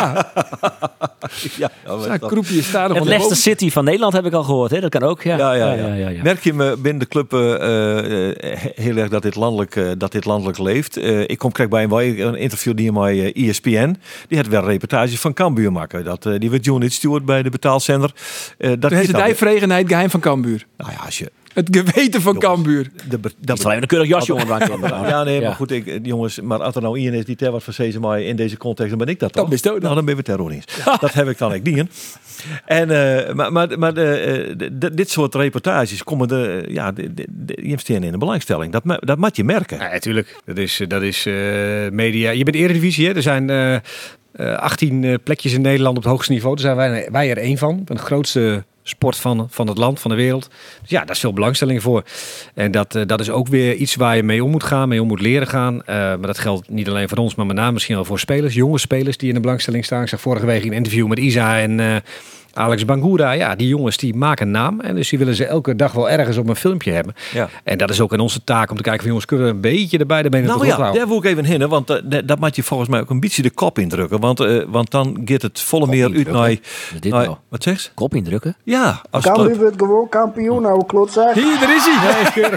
ja, ja, maar Nou, dat- Kroepje staat nog Het Leicester City van Nederland heb ik al gehoord. Hè? Dat kan ook. Ja, Ja, ja, ja. ja, ja, ja. Merk je me binnen de club uh, uh, heel erg dat dit landelijk, uh, dat dit landelijk leeft? Uh, ik kom krijg bij een, een interview die met uh, E S P N. Die had wel reportages van Cambuur maken. Dat, uh, die werd Unit Stewart bij de betaalzender. Uh, dat Toen heeft is het dijvregen geheim van Cambuur. Nou ja, als je... Het geweten van Cambuur. De, be- Dat is alleen een keurig jasje onder. Ja, nee, Ja. maar goed, ik, jongens, maar als er nou iemand is die ter wat van Seze mij in deze context, dan ben ik dat Dan toch? bist u dat. Nou, dan ben we terrorist. Dat heb ik dan ook niet. En, uh, maar maar, maar uh, d- d- dit soort reportages komen de, ja, de, de, de, je staan in de belangstelling. Dat, ma- dat moet je merken. Ja, natuurlijk. Dat is, dat is uh, media. Je bent Eredivisie, hè? Er zijn uh, uh, achttien uh, plekjes in Nederland op het hoogste niveau. Daar zijn wij, wij er één van. Van de grootste sport van, van het land, van de wereld. Dus ja, daar is veel belangstelling voor. En dat, uh, dat is ook weer iets waar je mee om moet gaan, mee om moet leren gaan. Uh, maar dat geldt niet alleen voor ons, maar met name misschien wel voor spelers. Jonge spelers die in de belangstelling staan. Ik zag vorige week een interview met Isa en uh, Alex Bangura. Ja, die jongens die maken een naam. En dus die willen ze elke dag wel ergens op een filmpje hebben. Ja. En dat is ook aan onze taak om te kijken van jongens, kunnen we een beetje erbij de benen Nou toch ja, ophouden. daar wil ik even heen, want uh, dat, dat moet je volgens mij ook een beetje de kop indrukken. Want, uh, want dan gaat het volle meer uit indrukken? naar... Wat is dit naar- nou? Wat zeg je? Kop indrukken. Ja, als Cambuur club. wordt gewoon kampioen, oude klotzak. Hier, daar is hij.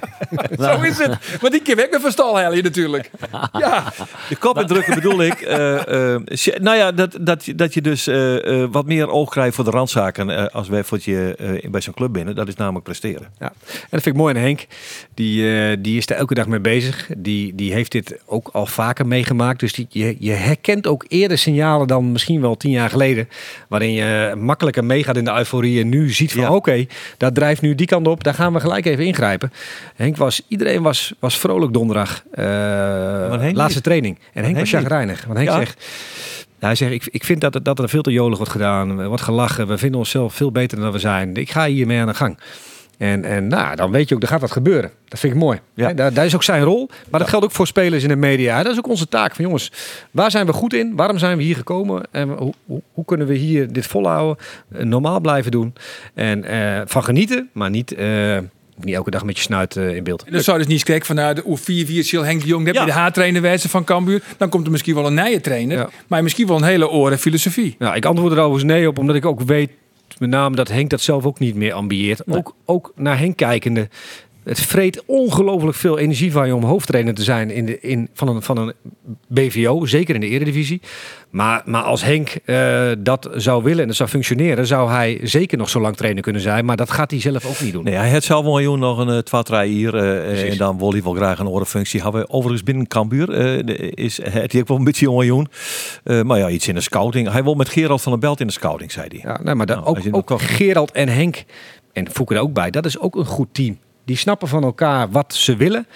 Zo is het. Want die keer weg met van stal halen je natuurlijk. Ja. De kop indrukken bedoel ik. Uh, uh, nou ja, dat, dat, dat je dus uh, uh, wat meer oog krijgt voor de randzaken uh, als wij voor je uh, bij zo'n club binnen. Dat is namelijk presteren. Ja, en dat vind ik mooi aan Henk. Die, uh, die is daar elke dag mee bezig. Die, die heeft dit ook al vaker meegemaakt. Dus die, je, je herkent ook eerder signalen dan misschien wel tien jaar geleden. Waarin je makkelijker meegaat in de euforie. En nu ziet van Ja. oké, okay, dat drijft nu die kant op. Daar gaan we gelijk even ingrijpen. Henk was, iedereen was, was vrolijk donderdag. Uh, Henk laatste niet. training. En Henk Henk was chagrijnig. Want Henk Ja. zegt... Hij zegt, ik, ik vind dat, dat er veel te jolig wordt gedaan. Er wordt gelachen. We vinden onszelf veel beter dan we zijn. Ik ga hiermee aan de gang. En, en nou, dan weet je ook, er gaat wat gebeuren. Dat vind ik mooi. Ja. He, daar, daar is ook zijn rol. Maar dat geldt ook voor spelers in de media. Dat is ook onze taak. Van jongens, waar zijn we goed in? Waarom zijn we hier gekomen? En hoe, hoe, hoe kunnen we hier dit volhouden? Uh, normaal blijven doen. En uh, van genieten, maar niet... Uh, niet elke dag met je snuit uh, in beeld. Dan zou dus niet kijken vanuit de vier vier Sil Henk de Jong. Dan heb je Ja. de haartrainer wijze van Cambuur. Dan komt er misschien wel een nieuwe trainer. Ja. Maar misschien wel een hele oren filosofie. Ja, ik antwoord er overigens nee op, omdat ik ook weet, met name dat Henk dat zelf ook niet meer ambieert. Nee. Ook, ook naar Henk kijkende. Het vreet ongelooflijk veel energie van je om hoofdtrainer te zijn in de, in, van, een, van een B V O, zeker in de Eredivisie. Maar, maar als Henk uh, dat zou willen en dat zou functioneren, zou hij zeker nog zo lang trainer kunnen zijn. Maar dat gaat hij zelf ook niet doen. Nee, hij had zelf wel joh, nog een uh, twee, drie hier. Uh, en dan wil hij wel graag een orenfunctie hebben. Overigens binnen Cambuur uh, de- is het hij ook wel een beetje jongen joh. Uh, maar ja, iets in de scouting. Hij wil met Gerald van der Belt in de scouting, zei hij. Ja, nee, maar dat, Nou, als ook, je ook nog- Gerald en Henk, en Fouke er ook bij, dat is ook een goed team. Die snappen van elkaar wat ze willen,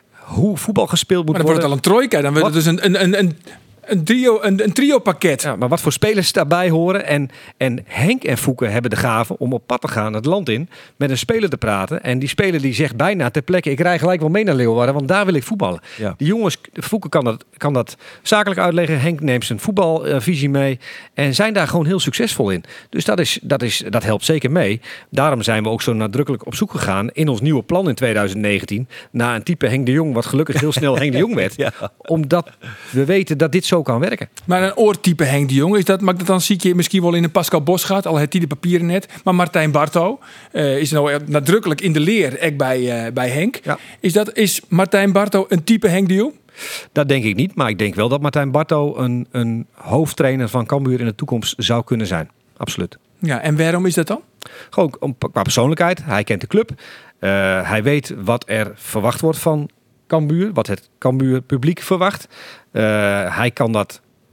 hoe voetbal gespeeld moet Maar dan wordt worden. het al een trojka. Dan wordt het dus een, een, een, een, een trio, een, een trio pakket. Ja, maar wat voor spelers daarbij horen. En, en Henk en Fouke hebben de gave om op pad te gaan het land in. Met een speler te praten. En die speler die zegt bijna ter plekke. Ik rij gelijk wel mee naar Leeuwarden. Want daar wil ik voetballen. Ja. Die jongens, Fouke kan dat, kan dat zakelijk uitleggen. Henk neemt zijn voetbalvisie mee. En zijn daar gewoon heel succesvol in. Dus dat, is, dat, is, dat helpt zeker mee. Daarom zijn we ook zo nadrukkelijk op zoek gegaan. In ons nieuwe plan in twintig negentien. Naar een type Henk de Jong. Wat gelukkig heel snel Henk de Jong werd. Ja. Omdat we weten dat dit zo kan werken. Maar een oortype Henk de Jong, is dat, mag dat dan zie je misschien wel in een Pascal Bosgaard, al het hij de papieren net. Maar Martijn Barto uh, is nou nadrukkelijk in de leer, echt bij, uh, bij Henk. Ja. Is, dat, is Martijn Barto een type Henk de Jong? Dat denk ik niet, maar ik denk wel dat Martijn Barto een, een hoofdtrainer van Cambuur in de toekomst zou kunnen zijn. Absoluut. Ja, en waarom is dat dan? Gewoon om- qua persoonlijkheid. Hij kent de club. Uh, hij weet wat er verwacht wordt van Cambuur. Wat het Cambuur publiek verwacht. Uh, hij kan dat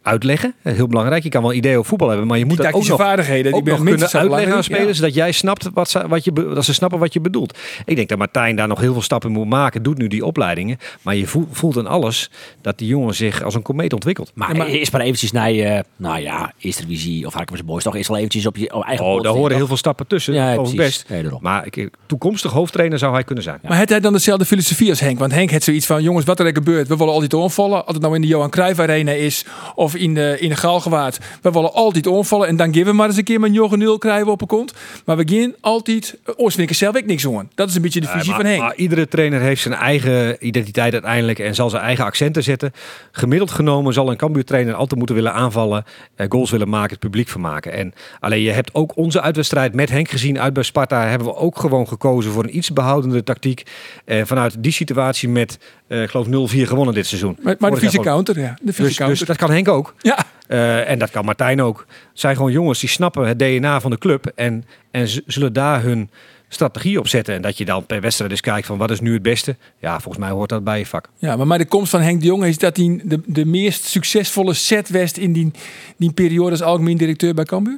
uitleggen. Heel belangrijk. Je kan wel ideeën over voetbal hebben, maar je moet Die dat ook nog, vaardigheden, ook die nog ben kunnen uitleggen aan spelers, ja. dat jij snapt wat ze, wat je, dat ze snappen wat je bedoelt. Ik denk dat Martijn daar nog heel veel stappen moet maken. Doet nu die opleidingen, maar je voelt aan alles dat die jongen zich als een komeet ontwikkelt. Maar, ja, maar eerst maar eventjes naar je, nou ja, eerste divisie of Harkema's Boys toch eerst wel eventjes op je eigen. Oh, daar horen heel veel stappen tussen. Ja, over best. Nee, maar ik, toekomstig hoofdtrainer zou hij kunnen zijn. Ja. Maar heeft hij dan dezelfde filosofie als Henk? Want Henk heeft zoiets van, jongens, wat er ook gebeurt, we willen altijd onvallen. Als het nou in de Johan Cruijff Arena is of in de, in de Galgenwaard. We willen altijd onvallen en dan geven we maar eens een keer met Jochen nul krijgen we op een kont. Maar we gaan altijd, ooit vind ik zelf ook niks hoor. Dat is een beetje de visie ja, maar, van Henk. Maar iedere trainer heeft zijn eigen identiteit uiteindelijk en zal zijn eigen accenten zetten. Gemiddeld genomen zal een Cambuur-trainer altijd moeten willen aanvallen, eh, goals willen maken, het publiek vermaken. En alleen je hebt ook onze uitwedstrijd met Henk gezien uit bij Sparta, hebben we ook gewoon gekozen voor een iets behoudende tactiek. Eh, vanuit die situatie met, uh, ik geloof nul vier gewonnen dit seizoen. Maar, maar de vieze counter, ja. De vieze dus, counter. dus dat kan Henk ook. Ja. Uh, en dat kan Martijn ook. Het zijn gewoon jongens die snappen het D N A van de club en, en z- zullen daar hun strategie op zetten. En dat je dan per wedstrijd dus kijkt van wat is nu het beste. Ja, volgens mij hoort dat bij je vak. Ja, maar, maar de komst van Henk de Jong is dat hij de, de meest succesvolle set west in die, die periode als algemeen directeur bij Cambuur?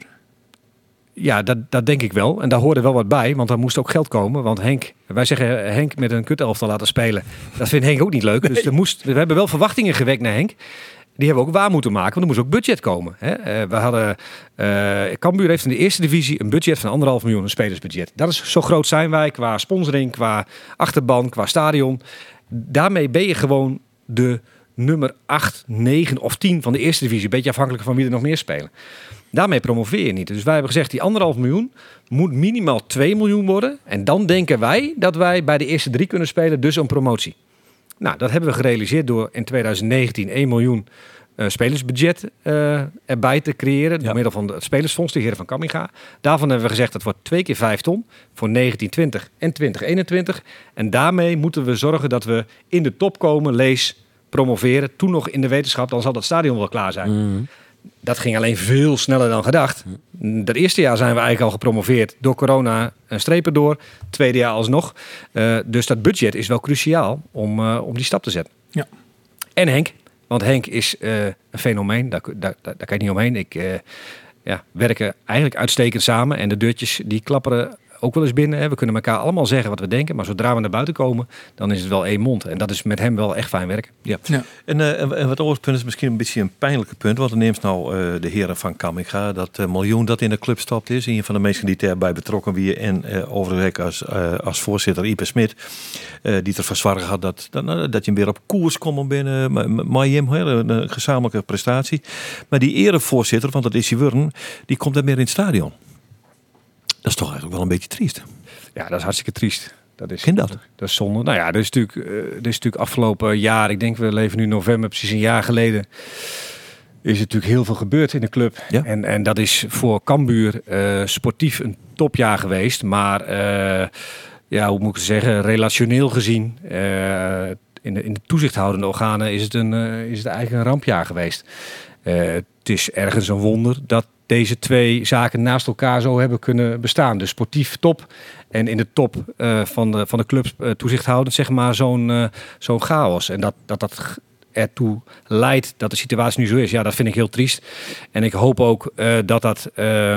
Ja, dat, dat denk ik wel. En daar hoorde wel wat bij, want er moest ook geld komen. Want Henk, wij zeggen Henk met een kutelftal laten spelen. Dat vindt Henk ook niet leuk. Dus er moest, we hebben wel verwachtingen gewekt naar Henk. Die hebben we ook waar moeten maken, want er moest ook budget komen. Hè? Uh, we hadden, uh, Cambuur heeft in de eerste divisie een budget van anderhalf miljoen, een spelersbudget. Dat is, zo groot zijn wij qua sponsoring, qua achterban, qua stadion. Daarmee ben je gewoon de nummer acht, negen of tien van de eerste divisie. Een beetje afhankelijk van wie er nog meer spelen. Daarmee promoveer je niet. Dus wij hebben gezegd, die anderhalf miljoen moet minimaal twee miljoen worden. En dan denken wij dat wij bij de eerste drie kunnen spelen, dus een promotie. Nou, dat hebben we gerealiseerd door in twintig negentien één miljoen uh, spelersbudget uh, erbij te creëren. Door ja. middel van het Spelersfonds, de heren van Kamminga. Daarvan hebben we gezegd dat wordt twee keer vijf ton voor negentien twintig en twintig eenentwintig. En daarmee moeten we zorgen dat we in de top komen, lees, promoveren. Toen nog in de wetenschap, dan zal dat stadion wel klaar zijn. Mm. Dat ging alleen veel sneller dan gedacht. Dat eerste jaar zijn we eigenlijk al gepromoveerd. Door corona een strepen door. Tweede jaar alsnog. Uh, dus dat budget is wel cruciaal om, uh, om die stap te zetten. Ja. En Henk. Want Henk is uh, een fenomeen. Daar, daar, daar kan je niet omheen. Ik uh, ja, werken eigenlijk uitstekend samen. En de deurtjes die klapperen ook wel eens binnen. Hè. We kunnen elkaar allemaal zeggen wat we denken. Maar zodra we naar buiten komen, dan is het wel één mond. En dat is met hem wel echt fijn werken. Ja. ja. En, uh, en wat anders punt is misschien een beetje een pijnlijke punt. Want dan neemt nou uh, de heren van Kamminga dat uh, miljoen dat in de club stapt is. Een van de mensen die daarbij betrokken wie en uh, overigens als, uh, als voorzitter Ipe Smit. Uh, die er verzorgen had dat, dat, uh, dat je weer op koers komt binnen. Maar je hebt een gezamenlijke prestatie. Maar die erevoorzitter, want dat is hij worden, die komt dan meer in het stadion. Dat is toch eigenlijk wel een beetje triest. Ja, dat is hartstikke triest. Dat is, Kind dat? Dat is zonde. Nou ja, dat is natuurlijk, uh, dat is natuurlijk afgelopen jaar. Ik denk we leven nu november, precies een jaar geleden. Is natuurlijk heel veel gebeurd in de club. Ja. En, en dat is voor Cambuur uh, sportief een topjaar geweest. Maar uh, ja, hoe moet ik het zeggen? Relationeel gezien. Uh, in, de, in de toezichthoudende organen is het, een, uh, is het eigenlijk een rampjaar geweest. Uh, het is ergens een wonder dat deze twee zaken naast elkaar zo hebben kunnen bestaan. Dus sportief top en in de top uh, van de, van de club uh, toezichthoudend zeg maar zo'n, uh, zo'n chaos. En dat, dat dat ertoe leidt dat de situatie nu zo is. Ja, dat vind ik heel triest. En ik hoop ook uh, dat dat uh, uh,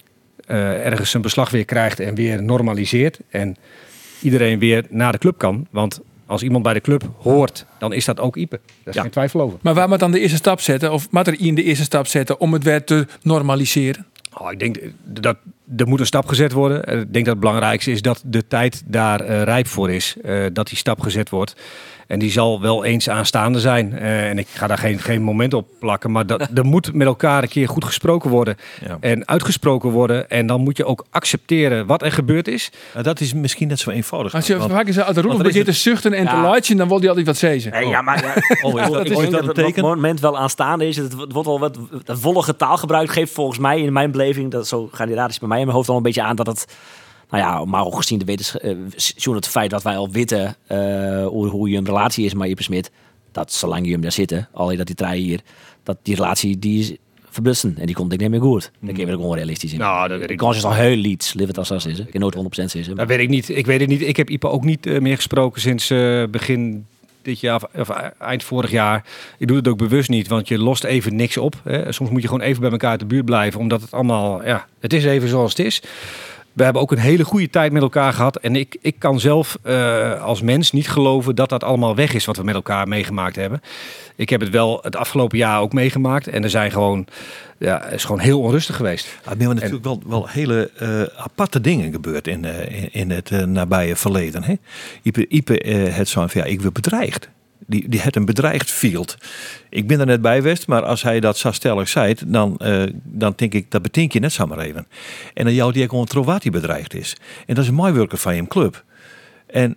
ergens zijn beslag weer krijgt en weer normaliseert. En iedereen weer naar de club kan. Want als iemand bij de club hoort, dan is dat ook Ipe. Daar is ja. geen twijfel over. Maar waar moet dan de eerste stap zetten? Of moet er in de eerste stap zetten om het weer te normaliseren? Oh, ik denk dat er moet een stap gezet worden. Ik denk dat het belangrijkste is dat de tijd daar uh, rijp voor is. Uh, dat die stap gezet wordt. En die zal wel eens aanstaande zijn. Uh, en ik ga daar geen, geen moment op plakken. Maar dat, er moet met elkaar een keer goed gesproken worden. Ja. En uitgesproken worden. En dan moet je ook accepteren wat er gebeurd is. Nou, dat is misschien net zo eenvoudig. Als je vaak uit de roep begint te zuchten en ja. te luidje, dan wil hij altijd wat zeggen. Hey, ja, maar ja. oh, is dat, dat, is dat een teken? Het moment wel aanstaande is. Het wordt al wat dat volgende taalgebruik geeft volgens mij in mijn beleving. Dat zo gaat die raad is bij mij in mijn hoofd al een beetje aan dat het. Nou ja, maar ook gezien de wetenschap, uh, het feit dat wij al weten uh, hoe, hoe je een relatie is met Ipe Smit, dat zolang je hem daar zitten, alleen dat die trein hier, dat die relatie die is verblussen en die komt ik niet meer goed. Dan kun je ook onrealistisch in. Nou, dat weet ik. Kans is al heel iets, lief het als dat is. Ik kan nooit honderd procent is. Dat weet ik niet. Ik weet het niet. Ik heb Ipe ook niet uh, meer gesproken sinds uh, begin dit jaar, of eind vorig jaar. Ik doe het ook bewust niet, want je lost even niks op. Hè. Soms moet je gewoon even bij elkaar uit de buurt blijven, omdat het allemaal, ja, het is even zoals het is. We hebben ook een hele goede tijd met elkaar gehad. En ik, ik kan zelf uh, als mens niet geloven dat dat allemaal weg is wat we met elkaar meegemaakt hebben. Ik heb het wel het afgelopen jaar ook meegemaakt. En er zijn gewoon, ja, het is gewoon heel onrustig geweest. Ja, er zijn natuurlijk wel, wel hele uh, aparte dingen gebeurd in, uh, in, in het uh, nabije verleden. Hè? Ipe, Ipe uh, het zo van, ja, ik word bedreigd. Die, die het een bedreigd field. Ik ben er net bij geweest, maar als hij dat zo stellig zei, dan, uh, dan denk ik, dat betekent je net zo maar even. En dan jou die gewoon trouw wat hij bedreigd is. En dat is een mooi werker van je club. En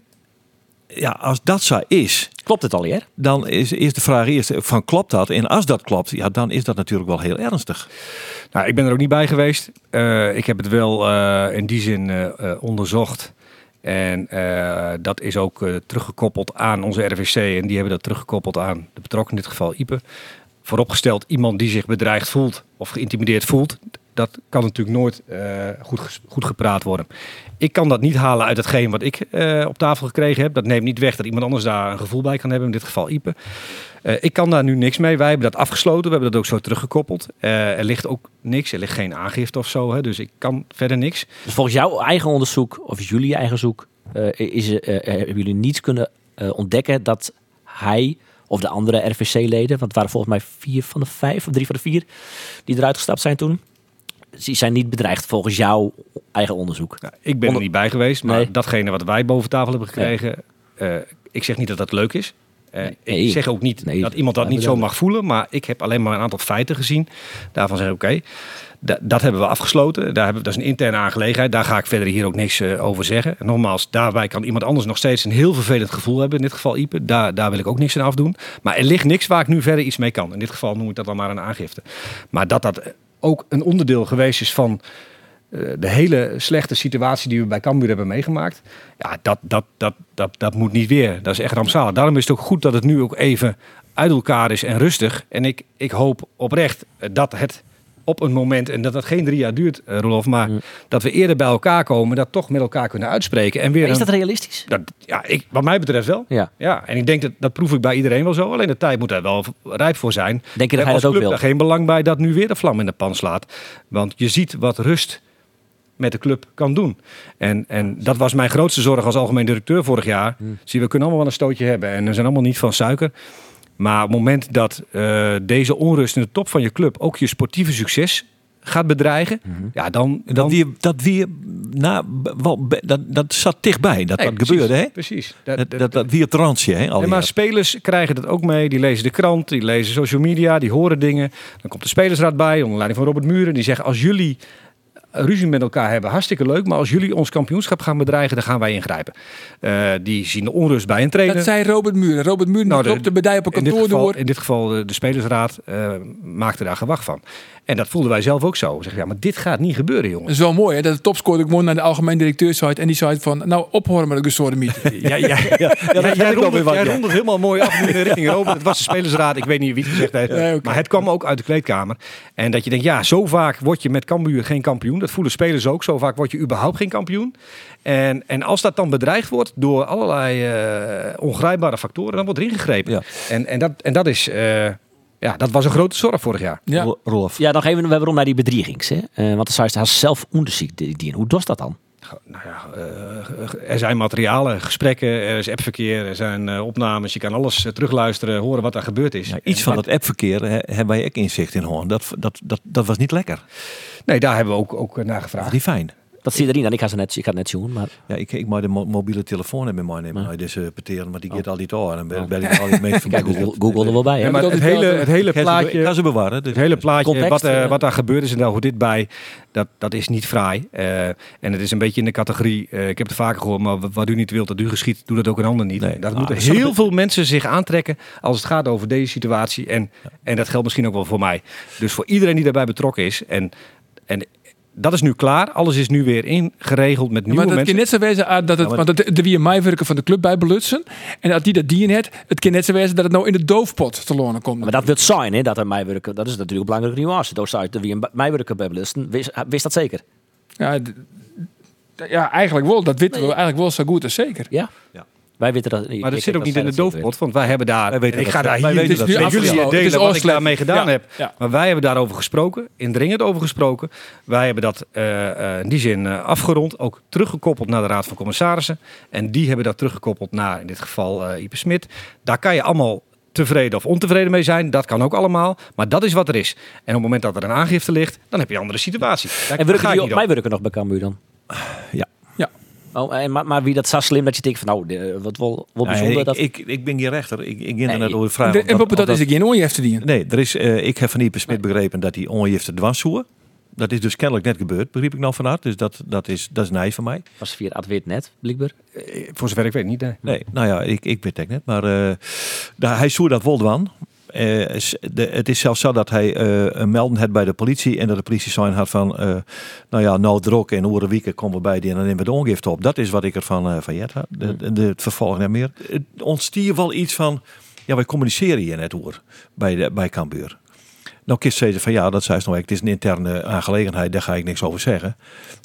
ja, als dat zo is... Klopt het al, hè? Dan is, is de vraag eerst van, klopt dat? En als dat klopt, ja, dan is dat natuurlijk wel heel ernstig. Nou, ik ben er ook niet bij geweest. Uh, ik heb het wel uh, in die zin uh, uh, onderzocht. En uh, dat is ook uh, teruggekoppeld aan onze R V C. En die hebben dat teruggekoppeld aan de betrokken, in dit geval Ipe. Vooropgesteld, iemand die zich bedreigd voelt of geïntimideerd voelt. Dat kan natuurlijk nooit uh, goed, goed gepraat worden. Ik kan dat niet halen uit hetgeen wat ik uh, op tafel gekregen heb. Dat neemt niet weg dat iemand anders daar een gevoel bij kan hebben. In dit geval Ipe. Uh, ik kan daar nu niks mee. Wij hebben dat afgesloten. We hebben dat ook zo teruggekoppeld. Uh, er ligt ook niks. Er ligt geen aangifte of zo. Hè, dus ik kan verder niks. Dus volgens jouw eigen onderzoek, of jullie eigen zoek, uh, is, uh, hebben jullie niets kunnen uh, ontdekken dat hij of de andere R V C-leden, want het waren volgens mij vier van de vijf of drie van de vier die eruit gestapt zijn toen, die zijn niet bedreigd volgens jouw eigen onderzoek. Ja, ik ben Onder... er niet bij geweest, maar nee. datgene wat wij boven tafel hebben gekregen, nee. uh, ik zeg niet dat dat leuk is. Uh, nee. Ik zeg ook niet nee. dat iemand dat niet zo mag voelen, maar ik heb alleen maar een aantal feiten gezien. Daarvan zeg ik oké, okay, d- dat hebben we afgesloten. Daar hebben we, dat is een interne aangelegenheid. Daar ga ik verder hier ook niks uh, over zeggen. En nogmaals, daarbij kan iemand anders nog steeds een heel vervelend gevoel hebben. In dit geval Ipe, daar, daar wil ik ook niks aan afdoen. Maar er ligt niks waar ik nu verder iets mee kan. In dit geval noem ik dat dan maar een aangifte. Maar dat dat ook een onderdeel geweest is van de hele slechte situatie die we bij Cambuur hebben meegemaakt. Ja, dat, dat, dat, dat, dat moet niet weer. Dat is echt rampzalig. Daarom is het ook goed dat het nu ook even uit elkaar is en rustig. En ik, ik hoop oprecht dat het op een moment, en dat dat geen drie jaar duurt, uh, Rolf, maar mm. dat we eerder bij elkaar komen, dat toch met elkaar kunnen uitspreken. En weer is dat een, realistisch? Dat, ja, ik, wat mij betreft wel. Ja. Ja, en ik denk dat dat proef ik bij iedereen wel zo. Alleen de tijd moet daar wel rijp voor zijn. Denk je dat hij dat ook wil? Ik heb er geen belang bij dat nu weer de vlam in de pan slaat. Want je ziet wat rust met de club kan doen. En, en dat was mijn grootste zorg als algemeen directeur vorig jaar. Mm. Zie, we kunnen allemaal wel een stootje hebben en we zijn allemaal niet van suiker. Maar op het moment dat uh, deze onrust in de top van je club ook je sportieve succes gaat bedreigen, mm-hmm. ja, dan, dan... Dat weer, dat weer, nou, wel, dat, dat zat dichtbij, dat nee, dat precies, gebeurde, hè? Precies. Dat, dat, dat, dat weer transje, hè? Ja, maar spelers krijgen dat ook mee. Die lezen de krant, die lezen social media, die horen dingen. Dan komt de spelersraad bij, onder leiding van Robert Muren. Die zeggen, als jullie ruzie met elkaar hebben, hartstikke leuk. Maar als jullie ons kampioenschap gaan bedreigen, dan gaan wij ingrijpen. Uh, die zien de onrust bij een trainer. Dat zei Robert Muren. Robert Muren nou, klopte bij die op een kantoor in dit geval, door. In dit geval de, de spelersraad uh, maakte daar gewacht van. En dat voelden wij zelf ook zo. We zeggen, ja, maar dit gaat niet gebeuren, jongens. Dat is wel mooi, hè? Dat de topscorer ook gewoon naar de algemeen directeur zei en die zei van, nou, ophoren met de gesodemiet. ja, ja, ja, ja, ja, ja, jij rondde het ja. helemaal mooi af nu richting Robert. Het was de spelersraad, ik weet niet wie het gezegd heeft. Nee, okay. Maar het kwam ook uit de kleedkamer. En dat je denkt, ja, zo vaak word je met Cambuur geen kampioen. Dat voelen spelers ook. Zo vaak word je überhaupt geen kampioen. En, en als dat dan bedreigd wordt door allerlei uh, ongrijpbare factoren, dan wordt er ingegrepen. Ja. En, en, dat, en dat is... Uh, Ja, dat was een grote zorg vorig jaar. Ja, Rolf. Ja, dan geven we waarom naar die bedreigings. Hè? Uh, want dan zou je zelf onderzoek dienen. Hoe doet dat dan? Nou ja, uh, er zijn materialen, gesprekken, er is appverkeer, er zijn uh, opnames. Je kan alles uh, terugluisteren, horen wat er gebeurd is. Ja, iets en van wat... dat appverkeer he, hebben wij ook inzicht in hoor. Dat, dat, dat, dat was niet lekker. Nee, daar hebben we ook, ook naar gevraagd. Die fijn. Dat zie je erin. En ik ga ze net, ik ga het net zien, maar ja, ik ik maar de mo- mobiele telefoon hebben mij nemen. Maar dus uh, peteren, maar die gaat oh. al niet aan en ben, ben ik al niet mee van Google, Google er wel bij. Hè? Ja, maar het hele, het hele plaatje, ik ga ze bewaren. Dus het hele plaatje, context, wat, uh, wat daar gebeurd is en daar hoort dit bij, dat, dat is niet fraai. Uh, en het is een beetje in de categorie. Uh, ik heb het vaker gehoord, maar wat u niet wilt, dat u geschiet, doet dat ook een ander niet. Nee, dat ah, moeten heel be- veel mensen zich aantrekken als het gaat over deze situatie. En, ja. en dat geldt misschien ook wel voor mij. Dus voor iedereen die daarbij betrokken is en en dat is nu klaar. Alles is nu weer ingeregeld met nieuwe mensen. Maar het mensen. kan net zo wezen dat het, ja, want het, er wie een meiwerker van de club bij belutsen. En dat die dat dien het, het kan net zo wezen dat het nou in de doofpot te lonen komt. Maar dat wil zijn, hè, dat er meiwerker, dat is natuurlijk een belangrijke nuance. Door zou er wie een meiwerker bij belutsen, wist, wist dat zeker? Ja, d- ja, eigenlijk wel. Dat weten we eigenlijk wel zo goed als zeker. Ja. ja. Wij weten dat. Maar dat zit ook niet in de doofpot, want wij hebben daar. Wij weten ik dat ga ze- daar wij hier weten dus dat met ze- jullie afgesloten. Het delen is wat ik Oslo. daarmee gedaan Ja, heb. ja. Maar wij hebben daarover gesproken, indringend over gesproken. Wij hebben dat uh, uh, in die zin uh, afgerond, ook teruggekoppeld naar de Raad van Commissarissen. En die hebben dat teruggekoppeld naar, in dit geval, uh, Ipe Smit. Daar kan je allemaal tevreden of ontevreden mee zijn. Dat kan ook allemaal. Maar dat is wat er is. En op het moment dat er een aangifte ligt, dan heb je een andere situatie. Daar, En daar werken ga ik die niet op mij op. werken nog bij Cambuur dan? Ja. Ja. Oh, en, maar, maar wie dat zo slim dat je denkt van nou, de, wat wel wat Nee, bijzonder ik, dat. ik, ik ben geen rechter. Ik, ik ging er Nee. net over vragen. De, of en dat- dat, dat of is er geen onje te dienen. Nee, er is, uh, ik heb van Ipe Smit begrepen dat hij ongifte dwarszoer. Dat is dus kennelijk net gebeurd, begreep ik nou van hart. Dus dat, dat, is, dat is nee van mij. Was via het Adwit net, blijkbaar. Eh, Voor zover ik weet niet. Nee. Nee, nou ja, ik, ik weet het net. Maar uh, daar, hij zoer dat wel dwan. Uh, de, het is zelfs zo dat hij uh, een melden had bij de politie. En dat de politie zijn had van, uh, nou ja, nou druk en hoe de weken komen we bij die en dan nemen we de ongifte op. Dat is wat ik ervan uh, van jet had. De, de, de, het vervolg en meer. Het ontstier wel iets van, ja, wij communiceren hier net over bij, de, bij Cambuur. Nou, kist ze van ja, dat zei ze nou, het is een interne aangelegenheid, daar ga ik niks over zeggen.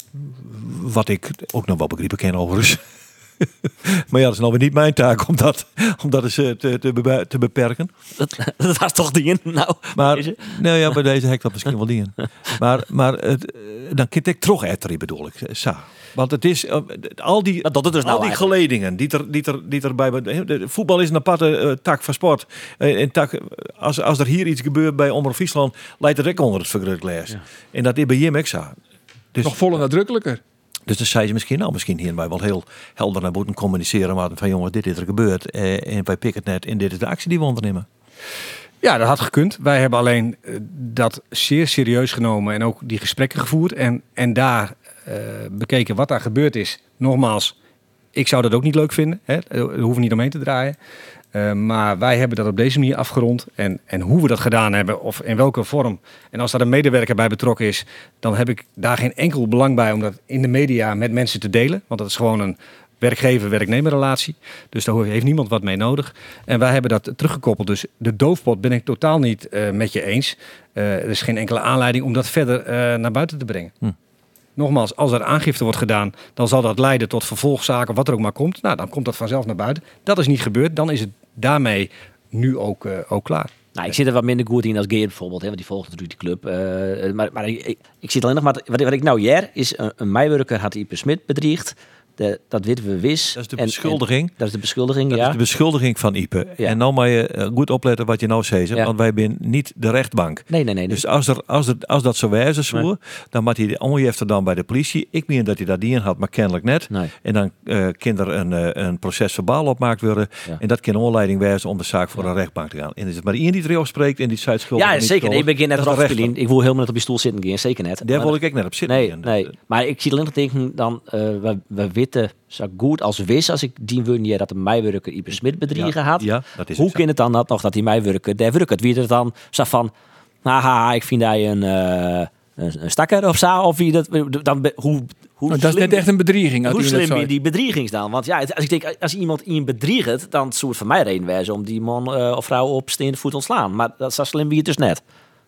Wat ik ook nog wel begrepen ken overigens. Maar ja, dat is nou weer niet mijn taak om dat, om dat eens te, te, be- te beperken. Dat, dat was toch die in? Nou, Maar, deze? nou ja, bij deze hek dat misschien wel niet in. Maar, maar het, dan kijk ik terug etter, bedoel ik. Sa. Want het is, uh, al die, Wat doet het dus al nou die eigenlijk? geledingen die er, die er, die er bij... de voetbal is een aparte uh, tak van sport. Uh, en tak, als, als er hier iets gebeurt bij Omroep Friesland, leidt het ook onder het vergrootglas. Ja. En dat is bij Jim Exa. Dus, Nog vol en nadrukkelijker. dus dan zei ze misschien, nou misschien hierbij wel heel helder naar moeten communiceren. Maar van jongens, dit is er gebeurd. Uh, en wij pikken het net en dit is de actie die we ondernemen. Ja, dat had gekund. Wij hebben alleen uh, dat zeer serieus genomen en ook die gesprekken gevoerd. En, en daar uh, bekeken wat daar gebeurd is. Nogmaals, ik zou dat ook niet leuk vinden. Hè? Daar hoeven we niet omheen te draaien. Uh, maar wij hebben dat op deze manier afgerond. En, en hoe we dat gedaan hebben, of in welke vorm. En als daar een medewerker bij betrokken is, dan heb ik daar geen enkel belang bij om dat in de media met mensen te delen. Want dat is gewoon een werkgever-werknemerrelatie. Dus daar heeft niemand wat mee nodig. En wij hebben dat teruggekoppeld. Dus de doofpot ben ik totaal niet uh, met je eens. Uh, er is geen enkele aanleiding om dat verder uh, naar buiten te brengen. Hm. Nogmaals, als er aangifte wordt gedaan, dan zal dat leiden tot vervolgzaken, wat er ook maar komt. Nou, dan komt dat vanzelf naar buiten. Dat is niet gebeurd. Dan is het daarmee nu ook, uh, ook klaar. Nou, ik zit er wat minder goed in als Geert bijvoorbeeld, hè, want die volgt natuurlijk die club. Uh, maar maar ik, ik, ik zit alleen nog maar... Wat, wat ik nou jaar is, een, een meiwerker had Ipe Smit bedriegd. De, dat weten we wis. Dat is de En- beschuldiging. en- dat is de beschuldiging, Dat ja. is de beschuldiging van Ipe. Ja. En nou moet je uh, goed opletten wat je nou zegt. Ja. Want wij zijn niet de rechtbank. Nee, nee, nee. Dus als, er, als, er, als dat zo wijze is, Nee. dan moet hij de ongifte dan bij de politie. Ik meen dat hij dat niet in had, maar kennelijk net. Nee. En dan uh, kan er een, uh, een proces verbaal opmaakt worden. Ja. En dat kan onleiding wijzen om de zaak voor Ja. een rechtbank te gaan. En is het maar één die erover spreekt en die zei schuldig. Ja, en niet zeker. Nee, ik schuldig, ben net dat is de eraf rechter. Ik wil helemaal net op je stoel zitten, Geert. Zeker net. Daar Maar- wil ik ook net op zitten. Nee, En, nee. uh, Maar ik zie alleen nog denken, dan, uh, we, we weten zo goed als wist, als ik die wunje dat de meiwerker Ipe Smit bedriegen ja, had. Ja, dat is Hoe het. kan het dan dat nog dat die meiwerker, daar werkt het? Wie er dan zo van, haha, ik vind hij een, uh, een, een stakker of zo, of wie dat, dan, be- hoe, hoe Dat is slim- net echt een bedrieging. als Hoe iemand slim dat wie zei. die bedrieging dan? Want ja, het- als ik denk, als iemand iemand bedriegt, dan zou het voor mij reden wijzen om die man uh, of vrouw op steende voet ontslaan. Maar dat is zo slim wie het dus net.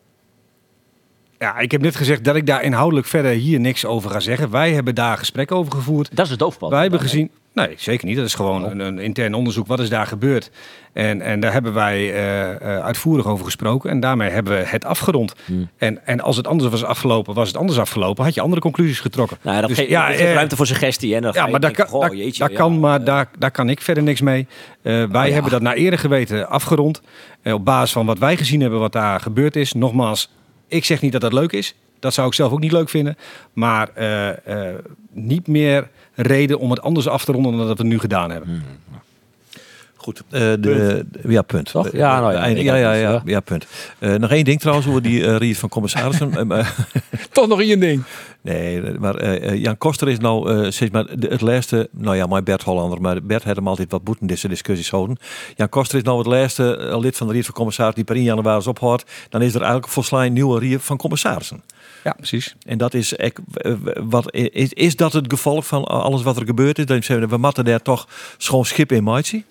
Ja, ik heb net gezegd dat ik daar inhoudelijk verder hier niks over ga zeggen. Wij hebben daar gesprek over gevoerd. Dat is het doofpad. Wij hebben gezien... Nee, zeker niet. Dat is gewoon een, een intern onderzoek. Wat is daar gebeurd? En, en daar hebben wij uh, uh, uitvoerig over gesproken. En daarmee hebben we het afgerond. Hmm. En, en als het anders was afgelopen, was het anders afgelopen. Had je andere conclusies getrokken. Nou, ja, dat Dus geeft ja, dat geeft eh, ruimte voor suggestie. En dan Ja, ga je maar daar denken, kan, goh, daar, jeetje, daar ja, kan, maar eh, daar, daar kan ik verder niks mee. Uh, wij ja. hebben dat naar ere geweten afgerond. Uh, op basis van wat wij gezien hebben, wat daar gebeurd is. Nogmaals, ik zeg niet dat dat leuk is. Dat zou ik zelf ook niet leuk vinden. Maar uh, uh, niet meer reden om het anders af te ronden dan dat we nu gedaan hebben. Hmm. Goed, uh, de, de, ja, punt. Toch? Ja, nou ja, Einde- ik ja, heb ja, het, ja, ja. ja, punt. Uh, nog één ding trouwens over die uh, Riet van Commissarissen. Uh, Toch nog één ding. nee, maar uh, Jan Koster is nou uh, steeds maar de, het laatste, nou ja, maar Bert Hollander, maar Bert had hem altijd wat boeten deze discussies houden. Jan Koster is nou het laatste uh, lid van de Riet van Commissarissen die per één januari ophoudt. Dan is er eigenlijk volgens een nieuwe Riet van Commissarissen. Ja, precies. En dat is, ek, uh, wat, is, is dat het gevolg van alles wat er gebeurd is? Dat we matten daar toch schoon schip in maatje?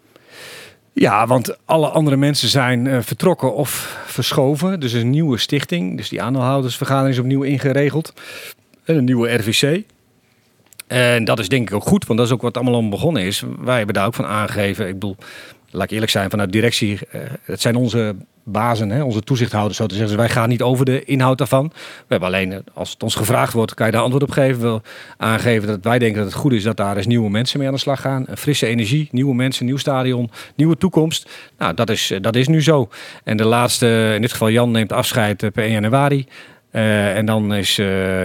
Ja, want alle andere mensen zijn uh, vertrokken of verschoven. Dus een nieuwe stichting. Dus die aandeelhoudersvergadering is opnieuw ingeregeld. En een nieuwe R V C. En dat is denk ik ook goed, want dat is ook wat allemaal om begonnen is. Wij hebben daar ook van aangegeven. Ik bedoel, laat ik eerlijk zijn, vanuit directie, uh, het zijn onze bazen, hè, onze toezichthouders, zo te zeggen. Dus wij gaan niet over de inhoud daarvan. We hebben alleen, als het ons gevraagd wordt, kan je daar antwoord op geven. We aangeven dat wij denken dat het goed is dat daar eens nieuwe mensen mee aan de slag gaan. Een frisse energie, nieuwe mensen, nieuw stadion, nieuwe toekomst. Nou, dat is, dat is nu zo. En de laatste, in dit geval Jan, neemt afscheid per één januari. Uh, en dan is, uh,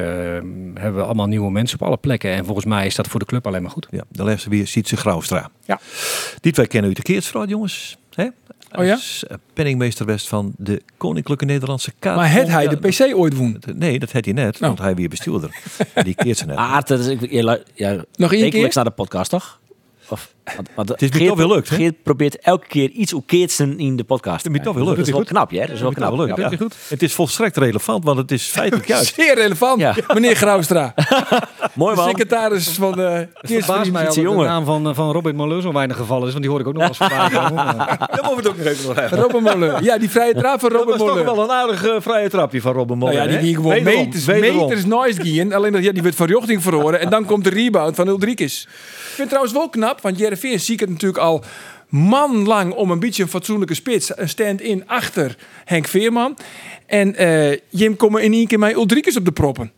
hebben we allemaal nieuwe mensen op alle plekken. En volgens mij is dat voor de club alleen maar goed. Ja, de laatste weer Sietse Grauwstra. Ja. Die twee kennen u de Keertsvrouw, jongens. Hè? Oh ja? Als penningmeester West van de Koninklijke Nederlandse Kaart. Maar het hij de P C ooit woen? Nee, dat had hij net, Oh. want hij weer bestuurder. Die keert ze net. Ah, dat is, ik- je, lu- ja, Nog één wekelijks keer? naar de podcast, toch? Of, want, want Het is me Geert- toch wel lukt, hè? Geert probeert elke keer iets op keertsen in de podcast. Het is me toch wel lukt. Dat is wel knap, hè? Dat is wel Dat is knap. wel leuk, Ja. ja. Het is volstrekt relevant, want het is feitelijk juist. Zeer relevant, Ja. meneer Grauwstra. Mooi man. Secretaris van de Het verbaast mij al dat Fietsen, de jongen. naam van, van Robert Moleur zo weinig gevallen is. Want die hoor ik ook nog wel eens voorbij komen. Maar- Dat moeten we het ook nog even nog hebben. Robben Molleur. Ja, die vrije trap van Dat Robben was toch Molleur. wel een aardige vrije trapje van Robben Nou Molleur. ja, die ging gewoon Wederom, meters, wederom. meters nice gingen. Alleen dat ja, die werd van Jochting verloren. En dan komt de rebound van Uldrikis. Ik vind het trouwens wel knap, want Jereveen zie ik het natuurlijk al manlang om een beetje een fatsoenlijke spits. Een stand-in achter Henk Veerman. En eh Jim komen in één keer met Uldrikis op de proppen.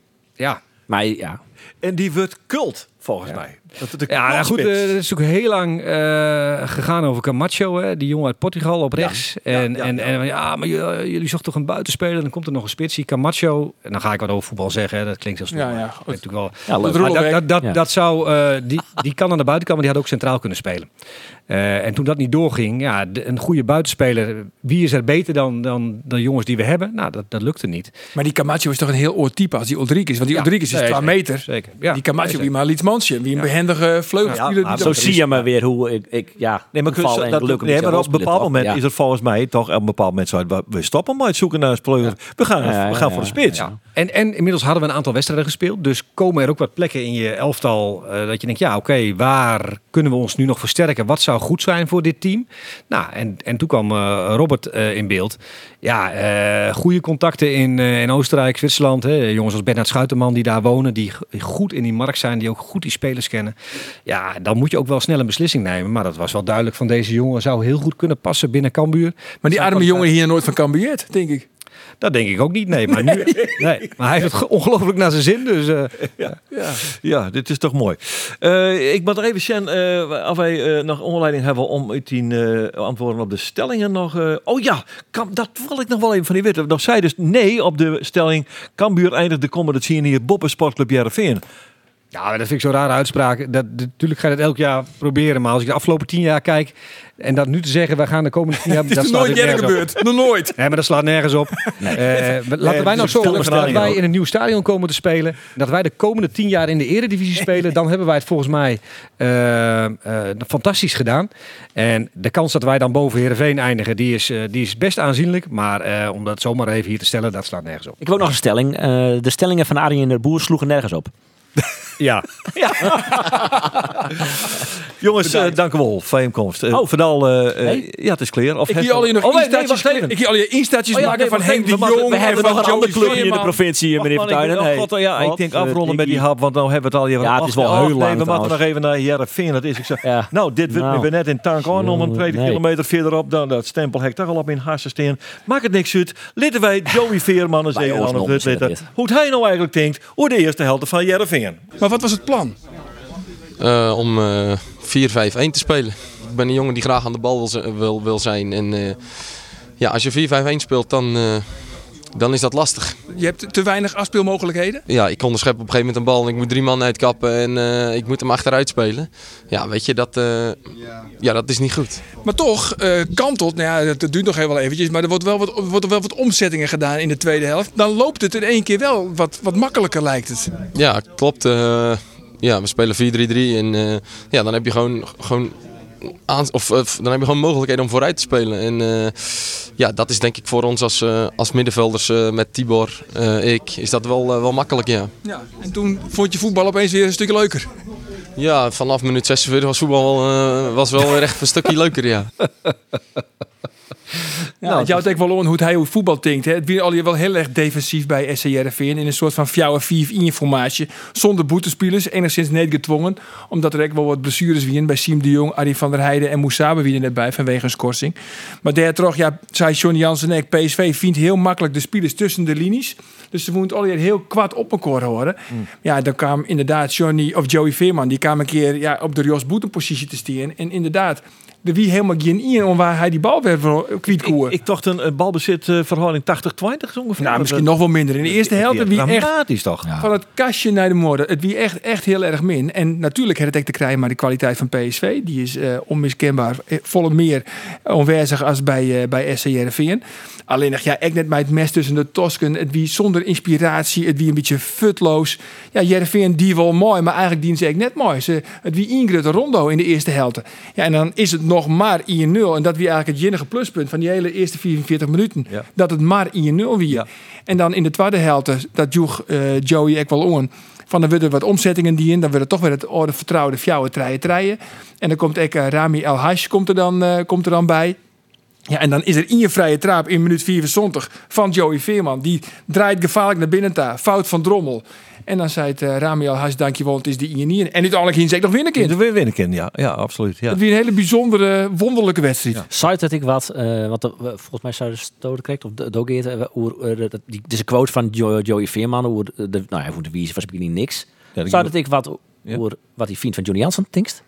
Ja. Maar ja, En die wordt cult, volgens mij. Dat het de Ja, nou goed, cultspits. eh, het is natuurlijk heel lang eh, gegaan over Camacho, hè, die jongen uit Portugal op rechts. en, ja, en, ja. en ja, maar j- jullie zochten toch een buitenspeler, dan komt er nog een spits, die Camacho. En dan ga ik wat over voetbal zeggen, hè, dat klinkt heel stom. Ja, ja, maar goed. dat is natuurlijk wel. ja leuk. Dat Maar Roelweg. dat, dat, dat, Ja. dat zou, eh, die, die kan aan de buitenkant, maar die had ook centraal kunnen spelen. Eh, en toen dat niet doorging, ja, de- een goede buitenspeler, wie is er beter dan, dan de jongens die we hebben? Nou, dat, dat lukte niet. Maar die Camacho is toch een heel oud type als die Uldrikis. Want die Ja, Uldrikis is nee, twee zeker, meter. Zeker. Ja, Die Camacho nee, wie maar iets mansje. Wie een behendige vleugelspeler. Ja, die maar dan- Zo zie je maar weer hoe ik, ik ja, Nee, maar, val en dat, geluk een nee, beetje maar op een rolspelen, bepaald toch? moment Ja. is er volgens mij toch op een bepaald moment zo, we- we stoppen maar het zoeken naar een speler. We gaan, Ja, ja, we gaan ja, voor de ja. spits. Ja. En, en inmiddels hadden we een aantal wedstrijden gespeeld. Dus komen er ook wat plekken in je elftal eh, dat je denkt, ja oké, waar kunnen we ons nu nog versterken? Wat zou goed zijn voor dit team? Nou, en, en toen kwam eh, Robert eh, in beeld. Ja, eh, goede contacten in, eh, in Oostenrijk, Zwitserland. Hè. Jongens als Bernard Schuiterman die daar wonen, die g- die goed in die markt zijn, die ook goed die spelers kennen. Ja, dan moet je ook wel snel een beslissing nemen. Maar dat was wel duidelijk van deze jongen zou heel goed kunnen passen binnen Cambuur. Maar die arme jongen hier nooit van Cambuur, denk ik. Dat denk ik ook niet, nee. Maar, nu, nee, maar hij heeft het ongelooflijk naar zijn zin. Dus eh, Ja. Ja, dit is toch mooi. Eh, ik moet nog even zien uh, of wij uh, nog onleiding hebben om uit die uh, antwoorden op de stellingen nog... Uh, oh ja, kan, dat wil ik nog wel even van die weten. Dat zei dus nee op de stelling Cambuur eindigt de komende tien jaar Boppen Sportclub Jereveen. ja, maar dat vind ik zo'n rare uitspraak. Dat, natuurlijk ga je dat elk jaar proberen. Maar als ik de afgelopen tien jaar kijk... en dat nu te zeggen, wij gaan de komende tien jaar... Het is dat nog slaat nooit natuurlijk eerder nergens op. gebeurd. Nog nooit. Nee, maar dat slaat nergens op. Nee. Uh, laten wij nou dus zo stel dat stelling wij ook. in een nieuw stadion komen te spelen. Dat wij de komende tien jaar in de eredivisie spelen. Dan hebben wij het volgens mij uh, uh, fantastisch gedaan. En de kans dat wij dan boven Heerenveen eindigen, die is, uh, die is best aanzienlijk. Maar uh, om dat zomaar even hier te stellen, dat slaat nergens op. Ik wil ook nog een stelling. Uh, de stellingen van Arjen de Boer sloegen nergens op. Ja. Jongens, uh, dank u wel voor je komst. Uh, Oh. Vooral, uh, uh, Nee? ja, het is clear. Of Ik heeft- zie al hier nog Oh, nee, nee, instaatjes. wacht even. Ik zie al hier instaatjes Oh ja, maken nee, van wacht Henk de even, we Jong. We en hebben van nog een Joey andere club hier in de Veerman. provincie, meneer Wacht, man, Vertuinen. ik, Hey. God, ja, ik Wat, denk eh, afronden met die Iggy. hap, want nou hebben we het al even... Ja, het is wel oh, heel nee, lang we moeten trouwens. nog even naar Jereveen. Dat is ik zo. Ja. Nou, dit wordt Nou. we net in Tank aan om een Jongen, tweede nee. kilometer verderop. Dan dat stempel hek toch al op in Hassen staan. Maakt het niks uit. Litten wij Joey Veerman eens Bij even ons aan nog het zit weten. dit. Hoe het hij nou eigenlijk denkt hoe de eerste helft van Jereveen. Maar wat was het plan? Uh, om uh, vier vijf een te spelen. Ik ben een jongen die graag aan de bal wil, z- wil, wil zijn. En uh, ja, als je vier vijf een speelt, dan, uh, dan is dat lastig. Je hebt te weinig afspeelmogelijkheden. Ja, ik onderschep op een gegeven moment een bal en ik moet drie man uitkappen en uh, ik moet hem achteruit spelen. Ja, weet je, dat, uh, ja, dat is niet goed. Maar toch uh, kantelt, nou ja, dat duurt nog heel wel eventjes, maar er wordt wel wat, wordt er wel wat omzettingen gedaan in de tweede helft. Dan loopt het in één keer wel wat, wat makkelijker, lijkt het. Ja, klopt. Uh, ja, we spelen vier drie drie en uh, ja, dan heb je gewoon, gewoon aan, of, of dan heb je gewoon mogelijkheden om vooruit te spelen. En uh, ja, dat is denk ik voor ons als, uh, als middenvelders uh, met Tibor, uh, ik, is dat wel, uh, wel makkelijk, ja. Ja, en toen vond je voetbal opeens weer een stukje leuker. Ja, vanaf minuut zesenveertig was voetbal uh, was wel weer echt een stukje leuker, ja. Ja, Ja, nou, het jouwt ook wel aan hoe hij hoe voetbal denkt. Hè. Het wie al je wel heel erg defensief bij S C Heerenveen in een soort van vier vier een formatie zonder boetespelers, enigszins niet gedwongen, omdat er ook wel wat blessures wien bij Siem de Jong, Arie van der Heijden en Moussabe wie er net bij vanwege een schorsing. Maar daar toch, ja, zei Johnny Jansen en P S V vindt heel makkelijk de spelers tussen de linies. Dus ze moeten alweer heel kwad op elkaar horen. Mm. Ja, dan kwam inderdaad Johnny of Joey Veerman, die kwam een keer ja, op de Jos Boetenpositie te staan en inderdaad. De wie helemaal geen in om waar hij die bal weer kwijt kon. Ik, ik dacht een, een balbezit uh, verhouding tachtig twintig ongeveer. Nou, misschien nog wel minder. In de eerste helft wie echt is toch? Ja. Van het kastje naar de moorden. Het wie echt, echt heel erg min. En natuurlijk heeft het ook te krijgen maar de kwaliteit van P S V. Die is uh, onmiskenbaar volle meer onwezig als bij, uh, bij S C Heerenveen. Alleen nog, ja, ik net met het mes tussen de Tosken. Het wie zonder inspiratie. Het wie een beetje futloos. Ja, Heerenveen die wel mooi, maar eigenlijk dienen ze echt net mooi. Ze, het wie Ingrid Rondo in de eerste helft. Ja, en dan is het nog maar één nul. En dat wie eigenlijk het enige pluspunt van die hele eerste vierenveertig minuten. Ja. Dat het maar één nul wie. Ja. En dan in de tweede helft, dat joeg uh, Joey ook wel aan. Van dan worden wat omzettingen die in. Dan wordt het toch weer het orde vertrouwde fjouwen treien treien. En dan komt ook uh, Rami El Hash komt er dan, uh, komt er dan bij. Ja, en dan is er in je vrije trap in minuut vierenzontig van Joey Veerman. Die draait gevaarlijk naar binnen daar. Fout van Drommel. En dan zei het uh, Rami El Hash, dankjewel, het is de I N I. En uiteindelijk ging ze ook nog winnen kind. Weer winnen kind, ja. Ja, absoluut. Ja. Het was een hele bijzondere, wonderlijke wedstrijd. Ja. Zou dat ik wat, uh, want uh, volgens mij zou de stoten correct of dogeert uh, uh, uh, die is een quote van jo- Joey Veerman over de, nou ja, voor de wijze was ik niks. Ja, zou dat ik wat ja. over wat hij vindt van Johnny Jansen, denkst?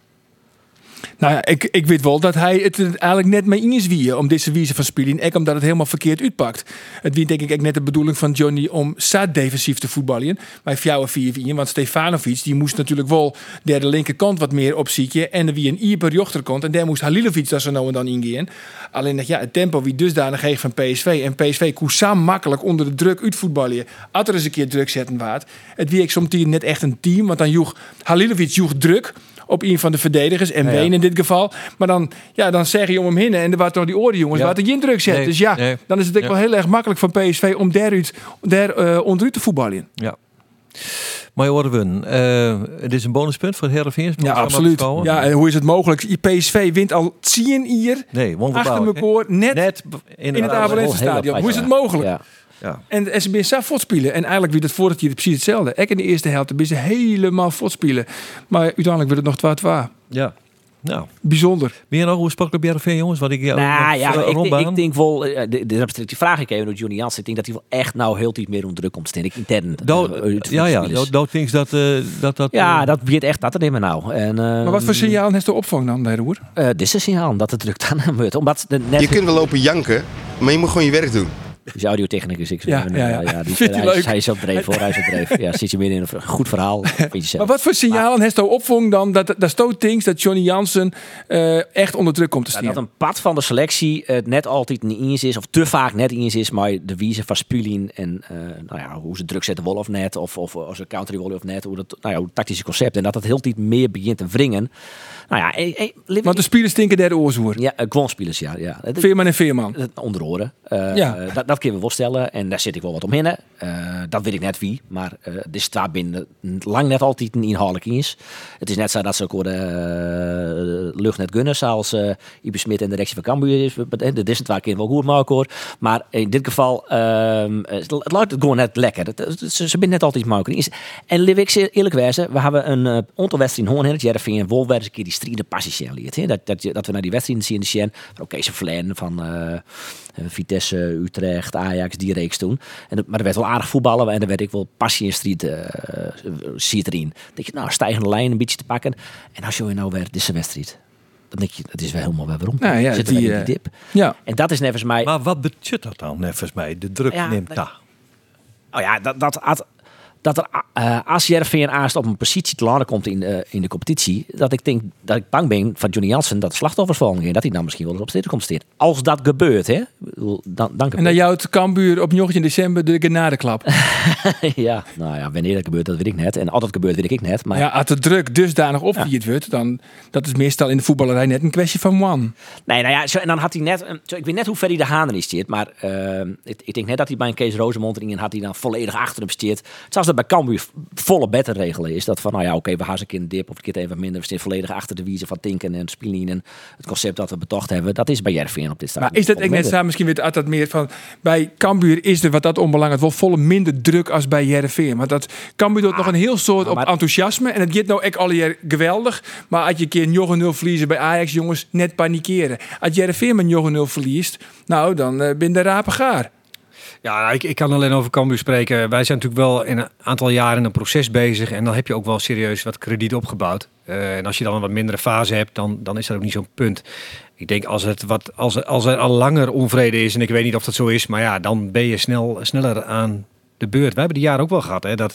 Nou ja, ik, ik weet wel dat hij het eigenlijk net mee in is wie om deze wijze van spelen. En omdat het helemaal verkeerd uitpakt. Het wie denk ik ook net de bedoeling van Johnny om saad defensief te voetballen. Bij vier vier een. Want Stefanovic die moest natuurlijk wel de linkerkant wat meer opzieken. En er wie een I per jochter komt. En daar moest Halilovic daar zo nou en dan ingaan. Alleen dat ja, het tempo wie dusdanig heeft van P S V. En P S V kon samen makkelijk onder de druk uitvoetballen. Als er eens een keer druk zetten waard. Het wie ik soms net echt een team. Want dan joeg Halilovic joeg druk op een van de verdedigers. En ja, Ween in dit geval. Maar dan, ja, dan zeg je om hem heen. En er waren toch die oren jongens. Ja. Waar de geen druk zet. Nee, dus ja, nee. Dan is het ook ja. wel heel erg makkelijk van P S V om daaruit, daar uh, onderuit te voetballen. Ja. Maar je hoorde win. Uh, het is een bonuspunt voor Heerenveen. Ja, absoluut. Ja, en hoe is het mogelijk? P S V wint al tien hier. Nee, achter elkaar. Net, net in, in het Avalense stadion. Hoe is het mogelijk? Ja. Ja. En ze zijn zelf voortspelen. En eigenlijk weer het vorig jaar precies hetzelfde. Ik in de eerste helft ben ze helemaal voortspelen. Maar uiteindelijk wordt het nog twee twee. Ja. Nou. Bijzonder. Meer nog hoe sprak bij R V V, jongens? Wat ik nou ja, ja ik, ik, ik denk wel. De, de, die vraag ik even door Johnny Jansen. Ik denk dat hij wel echt nou heel iets meer onder druk komt staan. Ik intern. Do, uh, ja, ja. Dat denk dat uh, dat dat. Ja, uh, dat weet echt dat er niet meer nou. En, uh, maar wat voor signaal heeft de opvang dan bij de hoer? Uh, dit is een signaal dat het druk aan wordt. Omdat de net je kunt wel lopen janken, maar je moet gewoon je werk doen. Dus audiotechnicus, ik ja, ja, ja. ja, die, hij, hij, hij is op dreef hoor, hij is op dreef. Ja, zit je midden in een goed verhaal. Vind je maar wat voor signalen heeft de opvang dan dat dat stoot things dat Johnny Jansen uh, echt onder druk komt te staan? Ja, dat een pad van de selectie uh, net altijd niet eens is of te vaak net eens is, maar de wijze van spelen en uh, nou ja, hoe ze druk zetten wollen of net of of als ze counter wollen of net, hoe dat nou ja, hoe het tactische concept en dat het heel tijd meer begint te wringen. Nou ja, hey, hey, want de spelers stinken derde oorzoer. Ja, uh, gewoon spelers, ja, ja. Veerman en Veerman. Onder oren. Uh, ja. Uh, dat, dat kunnen we wel stellen en daar zit ik wel wat omheen. Uh, dat weet ik net wie, maar uh, de straat binnen lang net altijd een inhoudelijk is. Het is net zo dat ze ook de uh, lucht net gunnen, zoals uh, Ibe Smit en de directie van Cambuur is. De is het waar keer wel goed maken hoor. Maar in dit geval, uh, het lijkt het gewoon net lekker. Het, het, ze, ze zijn net altijd maken. En lief ik eerlijk wezen, we hebben een uh, aantal wedstrijden hoorn in het Jereveen en Wolf werd een keer die strijd passie leert. Dat, dat, dat we naar die wedstrijden zien in de Oké, okay, ze Vlen van uh, Vitesse, Utrecht, Ajax, die reeks toen. En, maar er werd wel aardig voetballen en er werd ik wel passie in strijd uh, ziet erin. Dat je nou stijgende lijn een beetje te pakken. En als je nou weer deze wedstrijd, dan denk je, het is wel helemaal weer waarom. Nou ja, zitten we in die dip. Ja. En dat is nevens mij. Maar wat betekent dat dan nevens mij? De druk ja, neemt daar. Oh ja, dat dat. dat dat er uh, als Heerenveen aanst op een positie te landen komt in, uh, in de competitie, dat ik denk dat ik bang ben van Johnny Jansen dat de slachtoffers vallen en dat hij dan misschien wel eens op steden komt staan. Als dat gebeurt, hè? Dan, dan en dan jouw Cambuur op negen december de genadeklap. Ja, nou ja, wanneer dat gebeurt, dat weet ik net. En altijd gebeurt, weet ik niet. Maar ja, als de druk dusdanig op wie het wordt, dan dat is meestal in de voetballerij net een kwestie van man. Nee, nou ja, zo, en dan had hij net, zo, ik weet net hoe ver hij de Haan is, maar uh, ik, ik denk net dat hij bij een Kees Rosemond erin had hij dan volledig achter hem steert. Zoals dat bij Cambuur volle beter regelen is. Dat van, nou ja, oké, okay, we gaan eens een keer een dip of een keer even wat minder. We staan volledig achter de wiezen van Tinken en Spilien en het concept dat we betocht hebben. Dat is bij Heerenveen op dit stadium. Maar is dat ik net zo misschien weer altijd meer van bij Cambuur is er wat dat onbelangrijk wel volle minder druk als bij Heerenveen. Maar dat Cambuur doet ah, nog een heel soort op maar, enthousiasme en het gaat nou echt al jaar geweldig. Maar als je een keer nog nul verliezen bij Ajax, jongens, net panikeren. Als Heerenveen met nog nul verliest, nou dan uh, ben de rapen gaar. Ja, ik, ik kan alleen over Cambuur spreken. Wij zijn natuurlijk wel in een aantal jaren in een proces bezig. En dan heb je ook wel serieus wat krediet opgebouwd. Uh, en als je dan een wat mindere fase hebt, dan, dan is dat ook niet zo'n punt. Ik denk als, het wat, als, als er al langer onvrede is, en ik weet niet of dat zo is, maar ja, dan ben je snel, sneller aan de beurt. Wij hebben die jaren ook wel gehad. Hè, dat,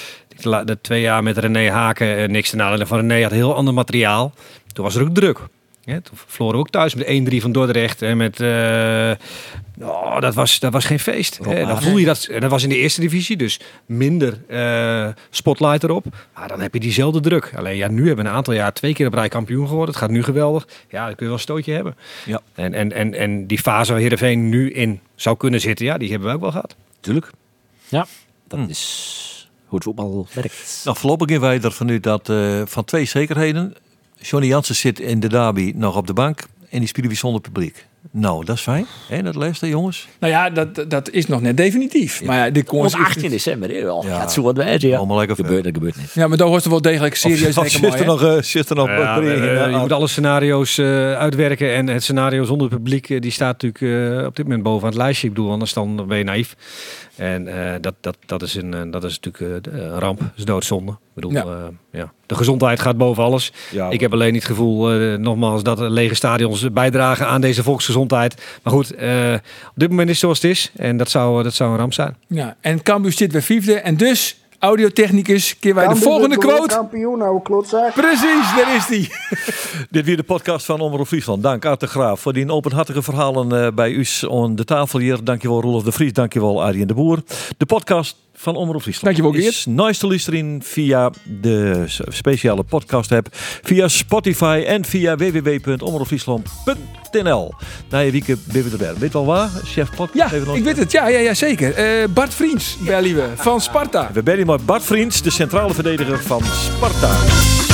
de twee jaar met René Haken, niks te nadelen van René, had heel ander materiaal. Toen was er ook druk. Ja, toen verloren we ook thuis met één drie van Dordrecht. En met, uh, oh, dat, was, dat was geen feest. Hè. Dan voel je dat. Dat was in de eerste divisie, dus minder uh, spotlight erop. Maar dan heb je diezelfde druk. Alleen ja, nu hebben we een aantal jaar twee keer op rij kampioen geworden. Het gaat nu geweldig. Ja, dan kun je wel een stootje hebben. Ja. En, en, en, en die fase waar Heerenveen nu in zou kunnen zitten, ja, die hebben we ook wel gehad. Tuurlijk. Ja, dat hm. is hoe het voetbal werkt. Nou, voorlopig gaan wij ervan uit dat uh, van twee zekerheden. Johnny Jansen zit in de derby nog op de bank en die spelen weer zonder publiek. Nou, dat is fijn. Hè, dat laatste, jongens. Nou ja, dat, dat is nog net definitief. Ja. Maar ja, de Ons achttien december, hè? Ja, het zo wat wijze, ja. Allemaal lekker gebeurt, dat gebeurt niet. Ja, maar daar hoort er wel degelijk serieus of, zit er nog, uh, zit er nog ja, uh, uh, je moet alle scenario's uh, uitwerken en het scenario zonder publiek, uh, die staat natuurlijk uh, op dit moment bovenaan het lijstje. Ik bedoel, anders dan ben je naïef. En uh, dat, dat, dat, is een, uh, dat is natuurlijk uh, een ramp, dat is doodzonde. Ik bedoel, ja. Uh, ja. De gezondheid gaat boven alles. Ja, ik heb alleen niet het gevoel, uh, nogmaals, dat lege stadions bijdragen aan deze volksgezondheid. Maar goed, uh, op dit moment is het zoals het is. En dat zou, dat zou een ramp zijn. Ja, en Cambuur zit bij vijfde. En dus, audiotechnicus, keer wij de volgende quote. Kampioen, oude klotzak. Precies, daar is die. Dit weer de podcast van Omroep Friesland. Dank Art de Graaf voor die openhartige verhalen uh, bij u aan de tafel hier. Dankjewel Roelof de Vries, dankjewel Arjen de Boer. De podcast van Omroep Friesland dankjewel, is nice te luisteren via de speciale podcast app, via Spotify en via w w w punt omroep friesland punt n l. Na je week ben we er weer. Weet wel waar, chef podcast? Ja, ik weet het. Ja, ja, ja zeker. Uh, Bart Vriends bellen we van Sparta. We bellen maar Bart Vriends, de centrale verdediger van Sparta.